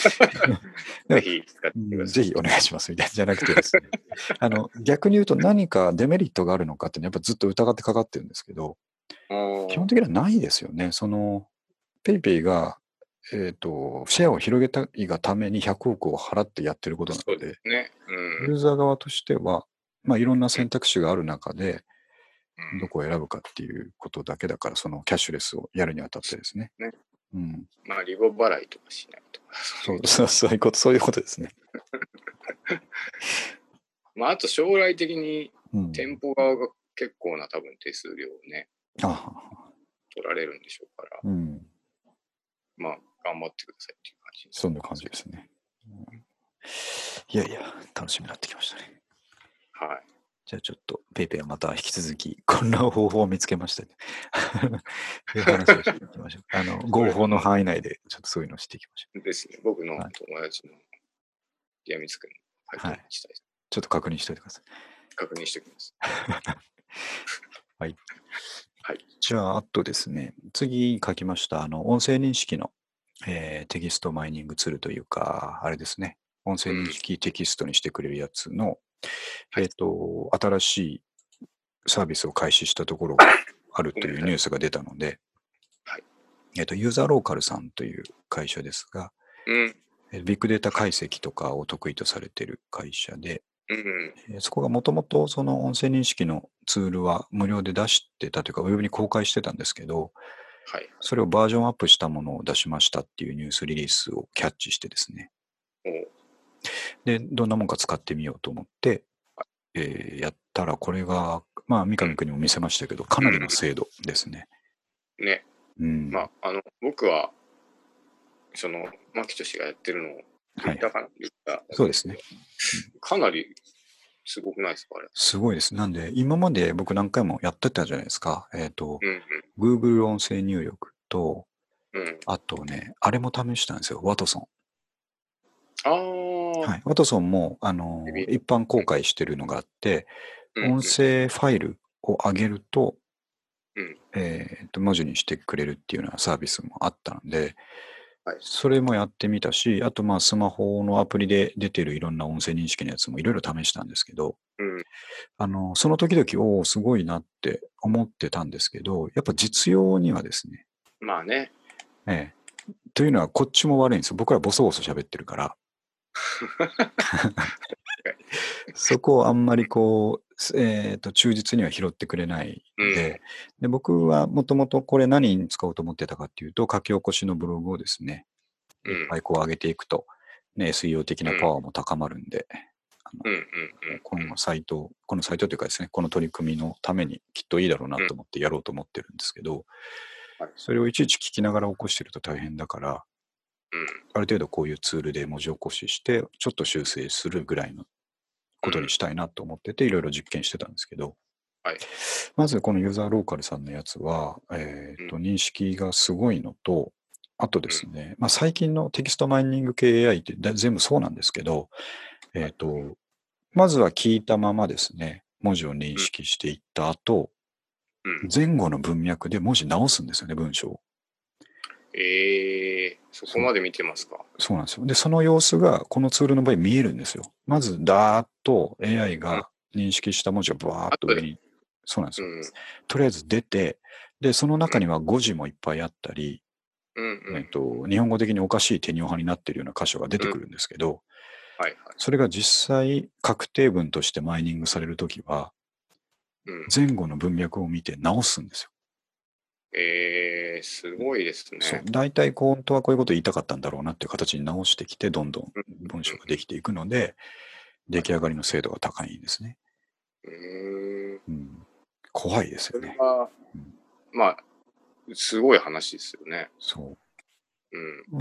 ぜひお願いしますみたいなじゃなくてですね、逆に言うと何かデメリットがあるのかっていうのはやっぱずっと疑ってかかってるんですけど、基本的にはないですよね。その PayPay がシェアを広げたいがために100億を払ってやってることなので、ユーザー側としては、いろんな選択肢がある中で、どこを選ぶかっていうことだけだから、そのキャッシュレスをやるにあたってですね。 リボ払いとかしないとか。 そういうことですね。 あと将来的に店舗側が結構な多分手数料をね、取られるんでしょうから、頑張ってくださいっていう感じです。 そんな感じですね。いやいや、楽しみになってきましたね。 はい。 じゃあちょっとPayPayはまた引き続きこんな方法を見つけましたね。いう話をしていきましょう。合法の範囲内でちょっとそういうのをしていきましょう。ですね。僕の友達のやみつくんはい。ちょっと確認しておいてください。 確認しておきます。 はい。じゃあ、あとですね、次書きました、音声認識の、テキストマイニングツールというか、あれですね、音声認識テキストにしてくれるやつの、新しいサービスを開始したところがあるというニュースが出たので、ユーザーローカルさんという会社ですが、ビッグデータ解析とかを得意とされている会社で、そこがもともとその音声認識のツールは無料で出してたというか、ウェブに公開してたんですけど、それをバージョンアップしたものを出しましたっていうニュースリリースをキャッチしてですね。で、どんなもんか使ってみようと思って、やったら、これが、三上君にも見せましたけど、かなりの精度ですね。 ね。僕は、マキト氏がやってるのを言ったかな、言った。 そうですね。 かなりすごくないですか、あれ。 すごいです。なんで、今まで僕何回もやってたじゃないですか。Google 音声入力と、あとね、あれも試したんですよ、ワトソン。はい。ワトソンも、一般公開してるのがあって、音声ファイルを上げると、文字にしてくれるっていうようなサービスもあったので、それもやってみたし、あとスマホのアプリで出てるいろんな音声認識のやつもいろいろ試したんですけど、その時々、すごいなって思ってたんですけど、やっぱ実用にはですね。 まあね。 というのはこっちも悪いんですよ。僕らボソボソ喋ってるから。そこをあんまり忠実には拾ってくれないので、で僕はもともとこれ何に使おうと思ってたかっていうと、書き起こしのブログをですね、いっぱいこう上げていくと、ね、SEO 的なパワーも高まるんで、このサイトというかですね、この取り組みのためにきっといいだろうなと思ってやろうと思ってるんですけど、それをいちいち聞きながら起こしてると大変だから、ある程度こういうツールで文字起こしして、ちょっと修正するぐらいのことにしたいなと思ってて、いろいろ実験してたんですけど、まずこのユーザーローカルさんのやつは、認識がすごいのと、あとですね、最近のテキストマイニング系 AI って全部そうなんですけど、まずは聞いたままですね、文字を認識していった後、前後の文脈で文字直すんですよね、文章を。 そこまで見てますか。 そうなんですよ。で、その様子がこのツールの場合見えるんですよ。まず、ダーッと AI が認識した文字がバーッと上に、そうなんですよ。とりあえず出て、で、その中には誤字もいっぱいあったり、日本語的におかしい手に派になっているような箇所が出てくるんですけど、それが実際確定文としてマイニングされるときは、前後の文脈を見て直すんですよ。 すごいですね。 そう。大体本当はこういうことを言いたかったんだろうなっていう形に直してきて、どんどん文章ができていくので、出来上がりの精度が高いんですね。怖いですよね。 それは、すごい話ですよね。 そう。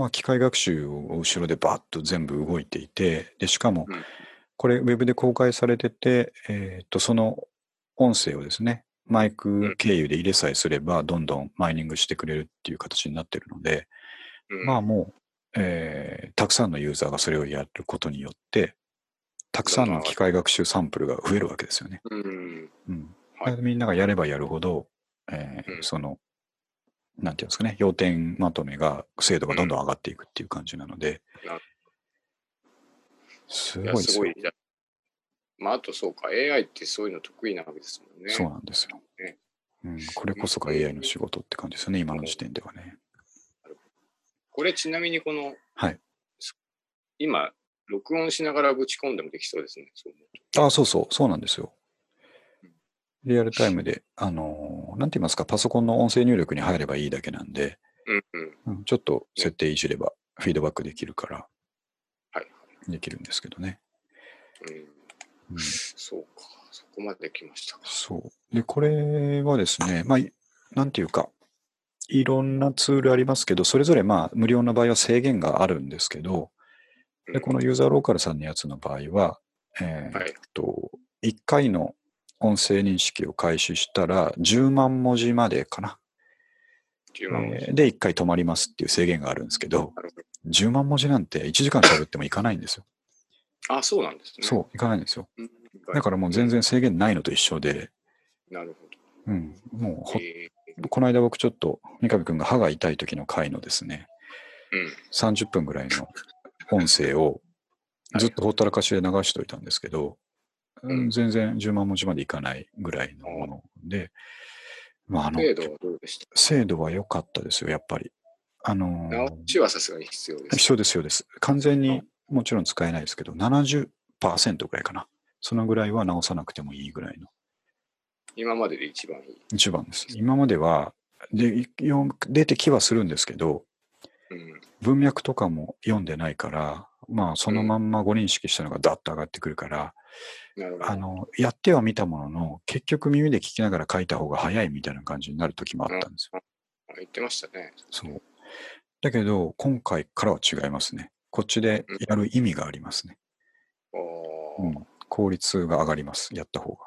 機械学習を後ろでバッと全部動いていて、で、しかも、これウェブで公開されてて、その音声をですね、マイク経由で入れさえすれば、どんどんマイニングしてくれるっていう形になってるので、もう、たくさんのユーザーがそれをやることによって、たくさんの機械学習サンプルが増えるわけですよね。みんながやればやるほど、なんていうんですかね、要点まとめが、精度がどんどん上がっていくっていう感じなので、すごいですよ。 あとそうか、AI ってそういうの得意なわけですもんね。 そうなんですよ。これこそが AI の仕事って感じですよね、今の時点ではね。 これちなみに今、録音しながらぶち込んでもできそうですね。 そうなんですよ。リアルタイムで、なんて言いますか、パソコンの音声入力に入ればいいだけなんで、ちょっと設定いじればフィードバックできるから、できるんですけどね。 そうか、そこまでできましたか。 そう。で、これはですね、なんていうか、いろんなツールありますけど、それぞれ無料の場合は制限があるんですけど、でこのユーザーローカルさんのやつの場合は、1回の音声認識を開始したら10万文字までかな。で、1回止まりますっていう制限があるんですけど、10万文字なんて1時間喋ってもいかないんですよ。 そうなんですね。 そう、いかないんですよ。だからもう全然制限ないのと一緒で、 なるほど。もうこの間僕ちょっと三上くんが歯が痛い時の回のですね、30分ぐらいの音声をずっとほったらかしで流しておいたんですけど、全然10万文字までいかないぐらいのもので、 精度はどうでした？ 精度は良かったですよ、やっぱり。 直しはさすがに必要です。 必要です、必要です。完全にもちろん使えないですけど、70% ぐらいかな。そのぐらいは直さなくてもいいぐらいの。 今までで一番いい。 一番です。今までは、出てきはするんですけど、文脈とかも読んでないから、そのまんま誤認識したのがダッと上がってくるから、やってはみたものの、結局耳で聞きながら書いた方が早いみたいな感じになる時もあったんですよ。 言ってましたね。 そう。だけど、今回からは違いますね。こっちでやる意味がありますね。効率が上がります。やった方が。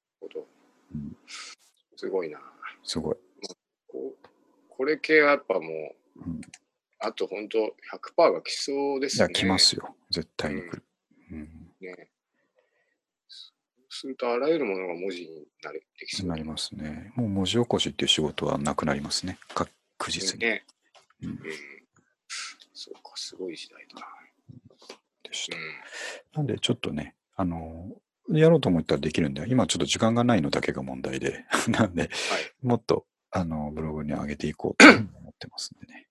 すごいな。 すごい。 これ系はやっぱもう、あと本当100%が来そうですね。 来ますよ。絶対に来る。 するとあらゆるものが文字になってきそう。 なりますね。もう文字起こしっていう仕事はなくなりますね。確実に。 そうか、すごい時代だ。 でした。なんでちょっとね、やろうと思ったらできるんで、今ちょっと時間がないのだけが問題で、なんで、もっとブログに上げていこうと思ってますんでね。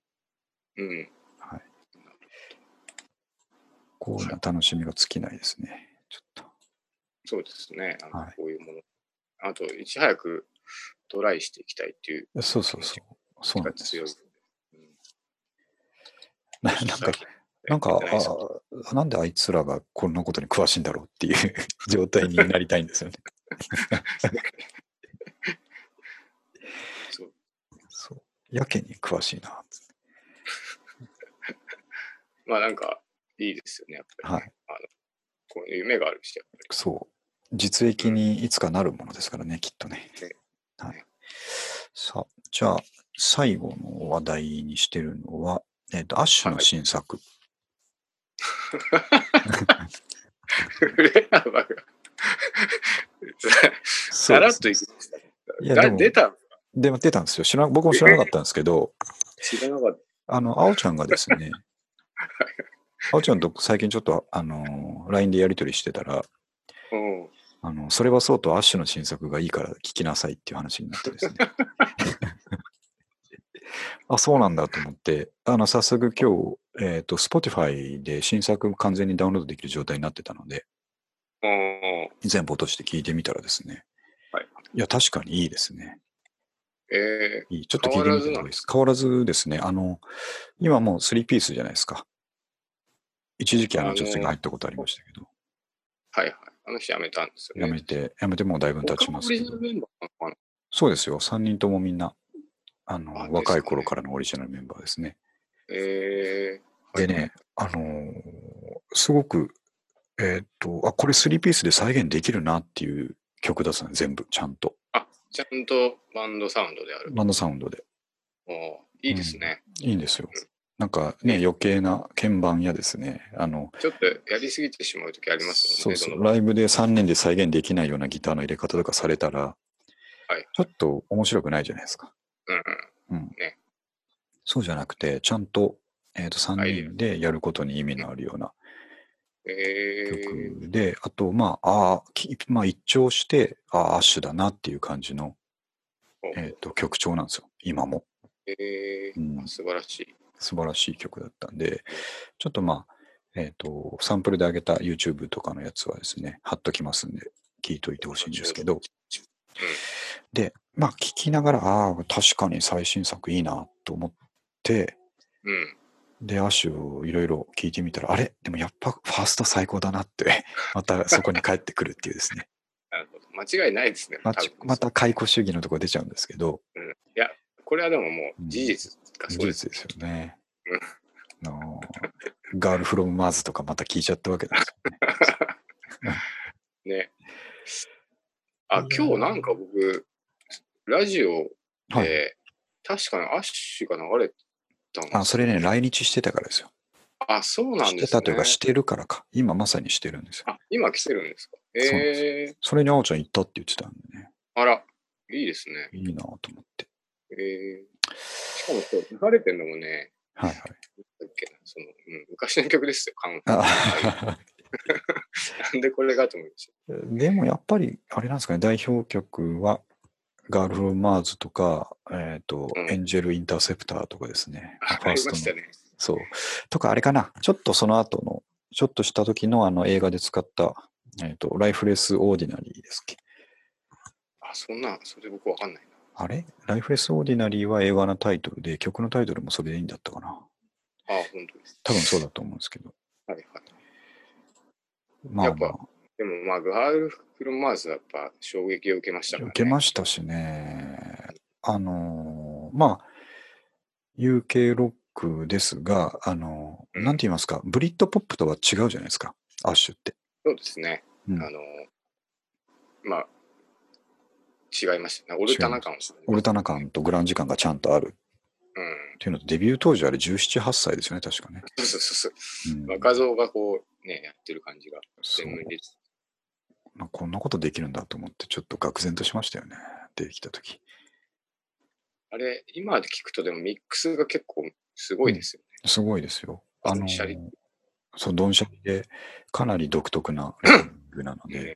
こういうの楽しみが尽きないですね。ちょっと。 そうですね。 はい。 こういうもの。あと、いち早くトライしていきたいっていうそうそうそう。 気持ちそうなんですよ。 が強い。うん、 なちょっとなんか、 最近なんか、 やってないです。 なんであいつらがこんなことに詳しいんだろうっていう状態になりたいんですよね。 そう。 そう。やけに詳しいな。 まあなんか、いいですよね、やっぱりね。 はい。 こういう夢があるし、やっぱり。 そう。実益にいつかなるものですからね、きっとね。 ね。 はい。 ね。 さあ、じゃあ、最後の話題にしてるのは、アッシュのはい。 新作。 フレアバがさらっとそうですね。 いきましたね。 いや、でも、 出たんですか？ 出たんですよ。僕も知らなかったんですけど、 知らなかっ青ちゃんがですね、青ちゃんと最近ちょっと、LINE でやり取りしてたら、 た。うん。 それはそうとアッシュの新作がいいから聞きなさいっていう話になってですね。あ、そうなんだと思って、早速今日、Spotify で新作完全にダウンロードできる状態になってたので、 うん。 全部落として聞いてみたらですね、 はい。 いや、確かにいいですね。ちょっと変わ聞いてらずなんです。 みた方がいいです。変わらずですね、今もう3ピースじゃないですか。一時期女性が入ったことありましたけど、 はいはい。あの人辞めたんですよね。 やめてもうだいぶ経ち他もオリジナますけど、 ルメンバーなのかそうですよ、3人ともみんな、 なあ、ですかね。 若い頃からのオリジナルメンバーですね。 はいはい。 でね、すごく、これ3ピースで再現できるなっていう曲だったね、全部、ちゃんと。 あ、ちゃんとバンドサウンドであると。 バンドサウンドで。 いいうん。 ですね。 いいんですよ。 うん。 なんかね、余計な鍵盤やですね、 ちょっとやりすぎてしまうときありますもんね、どそうそう、 のバンド。 ライブで3人で再現できないようなギターの入れ方とかされたら、 はい。 ちょっと面白くないじゃないですか。 うんうん。 うん。 ね。 そうじゃなくて、ちゃんと、3 アイデ人でやることに意味のあるようなア。 曲で、あと、まあ一聴して、アッシュだなっていう感じの、 ほうほうほ曲調なんですよ、今も。 う。 うん。 素晴らしい。 素晴らしい曲だったんで、 うん。 ちょっとサンプルで上げた YouTube とかのやつはですね、貼っときますんで、聞いといてほしいんです後ほど。 けど、 うん。 で、まあ聞きながら、確かに最新作いいなと思って、 うん。 で、アッシュをいろいろ聞いてみたら、あれでもやっぱファースト最高だなってまたそこに帰ってくるっていうですね。 なるほど。間違いないですね、多分。 また解雇主義のところ出ちゃうんですけど、 うん。いや、これはでももううん、 事実がそうですね。 事実ですよね。 うん。 ガールフロムマーズとかまた聞いちゃったわけですよね。 ね。 いや今日なんか僕、ラジオはい。 で、確かにアッシュが流れたんでそれね、 すよね。 来日してたからですよ。 そうなんでしてたというか、 すね。 してるからか。今まさにしてるんですよ。 今来てるんですか？ そうなんです。それにあおちゃん行ったって言ってたんでね。 あら、いいですね。 いいなと思って。 しかも今日流れてるのもね、 はいはい。 だっけな、昔の曲ですよ、カンフーの。 あなんでこれがと思いましでもやっぱり、あれなんですかね、代表曲は、ガールフロムマーズとか、 た。うん。 エンジェルインターセプターとかですね。ファあーストの。 りましたね。 そう。とか、あれかな。ちょっとその後の、ちょっとした時の映画で使った、ライフレスオーディナリーですっけ。 それ僕わかんないな。 あれライフレスオーディナリーは映画のタイトルで、曲のタイトルもそれでいいんだったかな。 本当です。 多分そうだと思うんですけど。 はいはい。やっぱ、 まあまあ、 でもガールフロムマーズはやっぱ衝撃を受けましたか受らね。 けましたしね。まあ、UK ロックですが、 うん。 なんて言いますか、ブリッドポップとは違うじゃないですか、アッシュって。 そうですね。 うん。 あの、まあ、違いましたね。オルタナ違います。 感をするんオルタですね。 ナ感とグランジ感がちゃんとあるうん。 っていうのと、デビュー当時あれ17、8歳ですよね、確かね。 そうそうそう。 うん。 若造がこう、ね、やってる感じがそう。 全面に出てこんなことできるんだと思って、ちょっと愕然としましたよね、出てきたとき。 あれ、今で聞くとでもミックスが結構すごうん。 いですよね。 すごいですよ。 シャリ。 そう、ドンシャリで、かなり独特なレコーディングなのね、 で、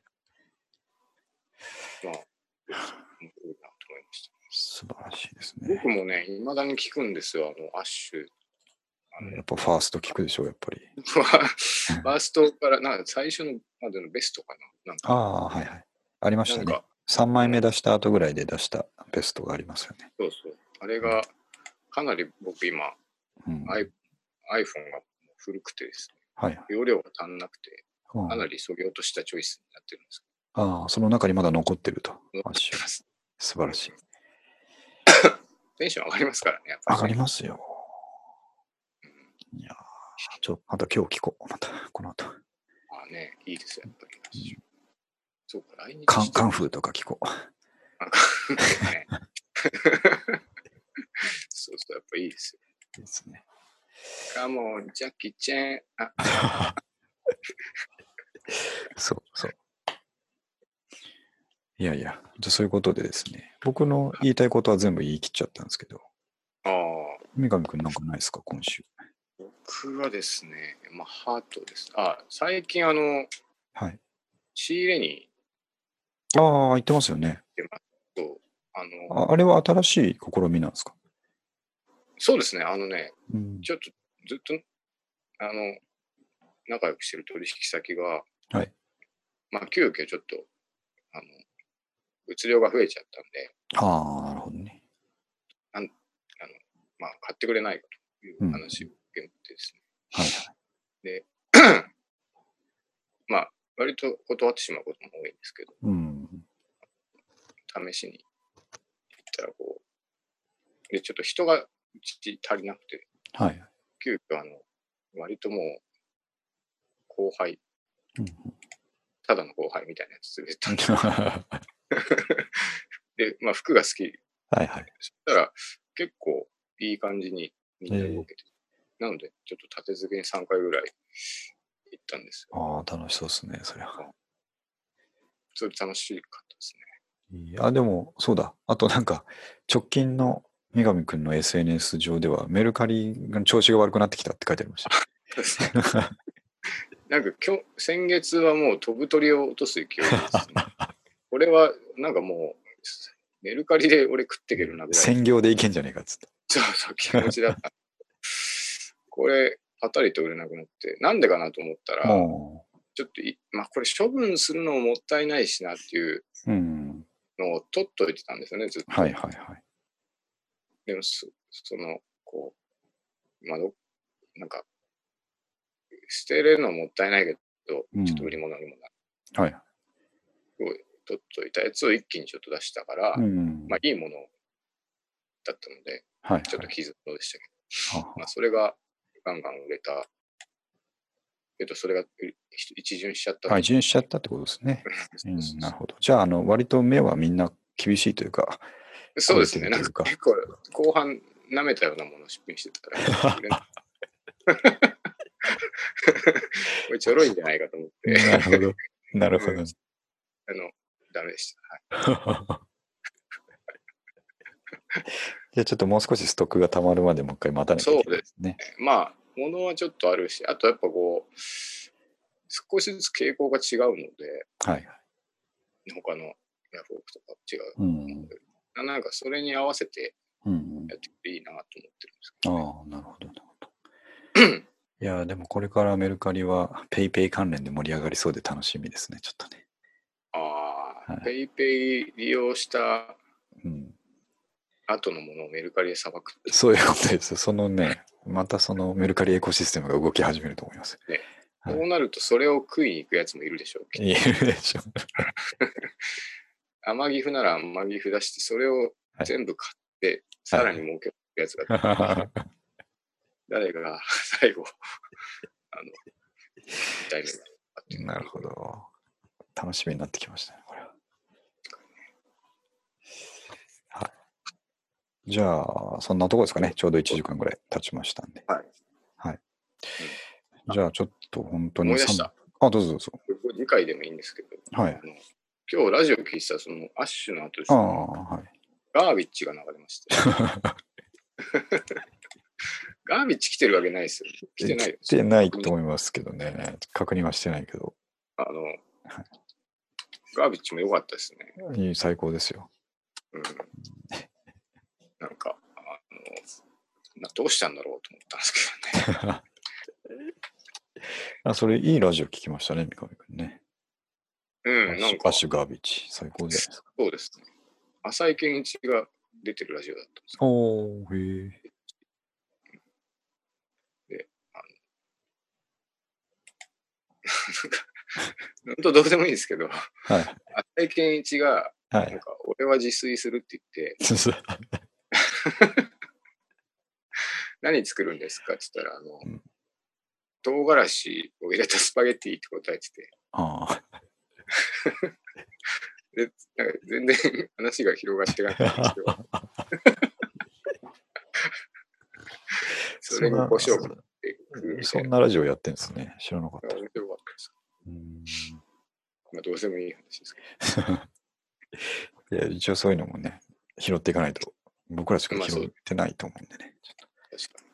まあ、面白いなと思いました。 素晴らしいですね。 僕もね、未だに聞くんですよ、アッシュ。 やっぱファースト聞くでしょう、やっぱり。 ファーストから、なんか最初のまでのベストかな。なんかはいはい。ありましたね。 なんか 3枚目出した後ぐらいで出したベストがありますよね。 そうそう。あれが、かなり僕今、iPhone が古くてですね、 はいはい。 容量が足んなくて、かなりそぎ落としたチョイスになってるんですその中にまだ残ってると。 けど、 素晴らしい。 テンション上がりますからね、やっぱり、 上がりますよ。いやまた今日聞こう。また、この後。 ね、いいですよ、やっぱり。そうか、来日カンフーとか聞こう。 ね、そうそう、やっぱいいですよ。 いいですね。 カモン、ジャッキーチェン。 そう。いや、じゃあそういうことでですね、僕の言いたいことは全部言い切っちゃったんですけど、三上くんなんかないですか、今週。 僕はですね、ハートです。最近はい。 仕入れに言ってますよね。あれは新しい試みなんですか？ そうですね、ちょっとずっと、仲良くしてる取引先が、 はい。 急遽ちょっと、物量が増えちゃったんで、 なるほどね。 買ってくれないかという話を受けてですね。 はいはい。 で、割と断ってしまうことも多いんですけど、試しに行ったらで、ちょっと人がうち足りなくて、急遽割ともう、後輩、ただの後輩みたいなやつ連れてたんで、で、服が好き。そしたら、結構いい感じにみんな動けて、なので、ちょっと立て続けに3回ぐらい行ったんですよ。 楽しそうですね、それは。 それ楽しかったですね。でも、そうだ。あとなんか、直近の三上くんの SNS 上では、メルカリが調子が悪くなってきたって書いてありました。 なんか先月はもう飛ぶ鳥を落とす勢いですね。これはなんかもう、メルカリで俺食っていけるなぐらい。 専業でいけんじゃねえかっつって。 そう、気持ちだった。これ、パタリと売れなくなって、なんでかなと思ったら、ちょっとこれ処分するのももったいないしなっていうのを取っといてたんですよね、ずっと。でも、なんか、捨てれるのもったいないけど、ちょっと売り物にもなる。取っといたやつを一気にちょっと出したから、いいものだったので、ちょっと傷のでしたけど、それがガンガン売れたけど、それが一巡しちゃった。 一巡しちゃったってことですね。なるほど。じゃあ、割と目はみんな厳しいというか、 そうですね。結構後半舐めたようなものを出品してたから、これちょろいんじゃないかと思って。 なるほど。 ダメでした。 じゃあちょっともう少しストックがたまるまでもう一回待たなきゃいけないですね。 物はちょっとあるし、あとやっぱ少しずつ傾向が違うので、他のヤフオクとか違う。なんかそれに合わせてやっていいなと思ってるんですけど、 なるほど。いやでもこれからメルカリはペイペイ関連で盛り上がりそうで楽しみですね、ちょっとね。 ペイペイ利用した後のものをメルカリでさばく。 そういうことです。またそのメルカリエコシステムが動き始めると思います。 そうなるとそれを食いに行くやつもいるでしょう。 いるでしょう。 天岐阜なら天岐阜出して、それを全部買って、さらに儲けるやつが、誰が最後、みたいな。なるほど。楽しみになってきましたね、これは。じゃあ、そんなとこですかね。ちょうど1時間ぐらい経ちましたんで。じゃあ、ちょっと本当に。 思い出した。 どうぞどうぞ。 次回でもいいんですけど、今日ラジオ聞いてたそのアッシュの後ですね、ガービッチが流れまして。ガービッチ来てるわけないですよ。来てないよ。 来てないと思いますけどね。確認はしてないけど。 ガービッチも良かったですね。 最高ですよ。 なんか、どうしたんだろうと思ったんですけどね。 それいいラジオ聞きましたね、三上くんね。 なんか。 アッシュガービッチ、最高じゃないですか。 そうですね。浅井健一が出てるラジオだったんです。 おー、へえ。 で、本当どうでもいいんですけど、浅井健一が、なんか、俺は自炊するって言って、何作るんですかって言ったら、唐辛子を入れたスパゲッティって答えてて。で、なんか全然話が広がってなかったんですけど。それに胡椒を振って食うみたいな。 そんなラジオやってんですね。知らなかった。 面白かったです。まあ、どうでもいい話ですけど。いや、一応そういうのもね、拾っていかないと、僕らしか拾ってないと思うんでね。 確かに。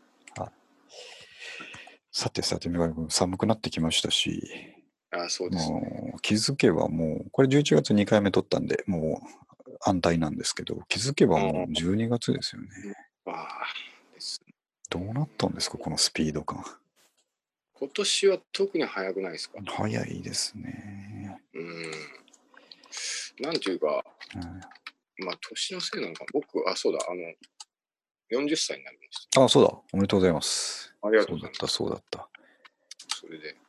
さて、三上君、寒くなってきましたし、 そうですね。 もう気づけばもう、これ11月2回目撮ったんで、もう安泰なんですけど、気づけばもう12月ですよね。どうなったんですか、このスピード感。 今年は特に早くないですか？ 早いですね。 なんていうか、まあ、年のせいなのか、僕、そうだ、40歳になりました。 そうだ、おめでとうございます。 ありがとうございます。 そうだった。 それで、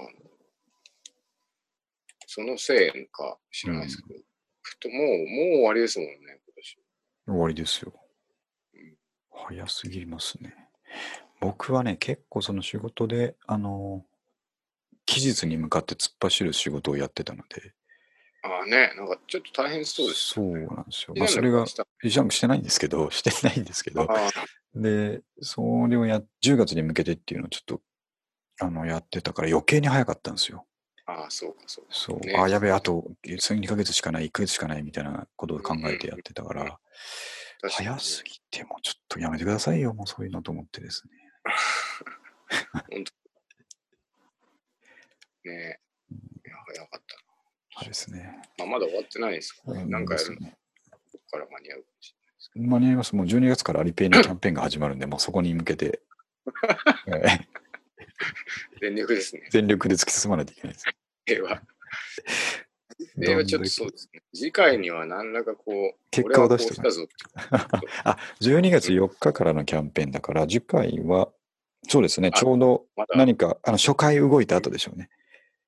そのせいか知らないですけど、もう終わりですもんね、今年。 終わりですよ。早すぎますね。僕はね、結構その仕事で、期日に向かって突っ走る仕事をやってたので。 なんかちょっと大変そうですそうなんですよ。まあそれが、一ジャンプしてないんですけど、で、それを10月に向けてっていうのをちょっと、やってたから余計に早かったんですよ。 そうか。 そう。やべえ、あと2ヶ月しかない、1ヶ月しかないみたいなことを考えてやってたから、早すぎてもちょっとやめてくださいよ、もうそういうのと思ってですね。 本当ね早かったな。 早いですね。 まあ、まだ終わってないですからね。なんかやるの。ここから間に合うかもしれないですけど。 間に合います。もう12月からアリペイのキャンペーンが始まるんで、もうそこに向けて。 全力ですね。 全力で突き進まないといけないです。 平和ちょっとそうですね。次回には何らか結果を出してたぞ。 12月4日からのキャンペーンだから、次回は、そうですね、ちょうど何か、初回動いた後でしょうね。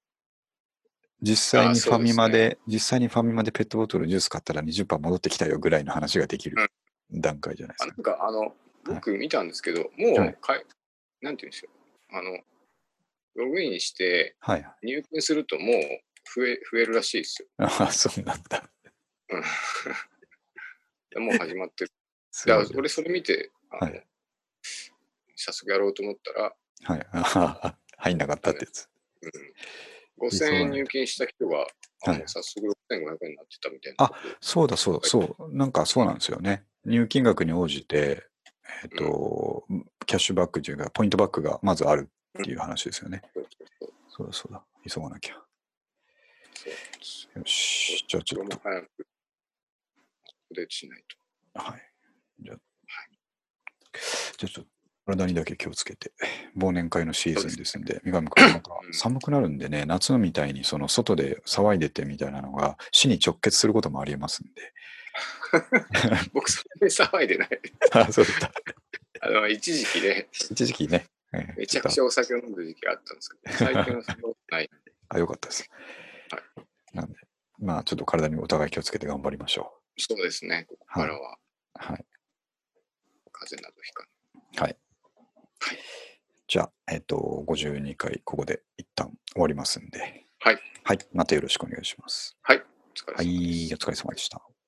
実際にファミマでペットボトルジュース買ったら 20% 戻ってきたよぐらいの話ができる段階じゃないですか。 なんか僕見たんですけど、もう、なんていうんですよ。ログインして入金するともう増えるらしいですよ。 そうなんだ。 もう始まってる。だから俺それ見て、早速やろうと思ったら、入んなかったってやつ。 5000円入金した人が、早速6500円になってたみたいな。そうだ。なんかそうなんですよね。入金額に応じて、キャッシュバックというか、ポイントバックがまずあるっていう話ですよね。そうだ。急がなきゃ。よし。じゃあちょっと。 早くアップデートしないと。 はい。じゃあちょっと体にだけ気をつけて。忘年会のシーズンですんで、三上君なんか寒くなるんでね、夏みたいにその外で騒いでてみたいなのが死に直結することもありえますんで。 僕それで騒いでない。 そうだ。 一時期ね。めちゃくちゃお酒を飲んだ時期があったんですけど、最近はそんなことない。 よかったです。なんで、まあちょっと体にお互い気をつけて頑張りましょう。そうですね、ここからは。 はい。 風邪などひかない。はい。じゃあ、52回ここで一旦終わりますんで。 はい。 はい。またよろしくお願いします。 はい。 お疲れ様でした。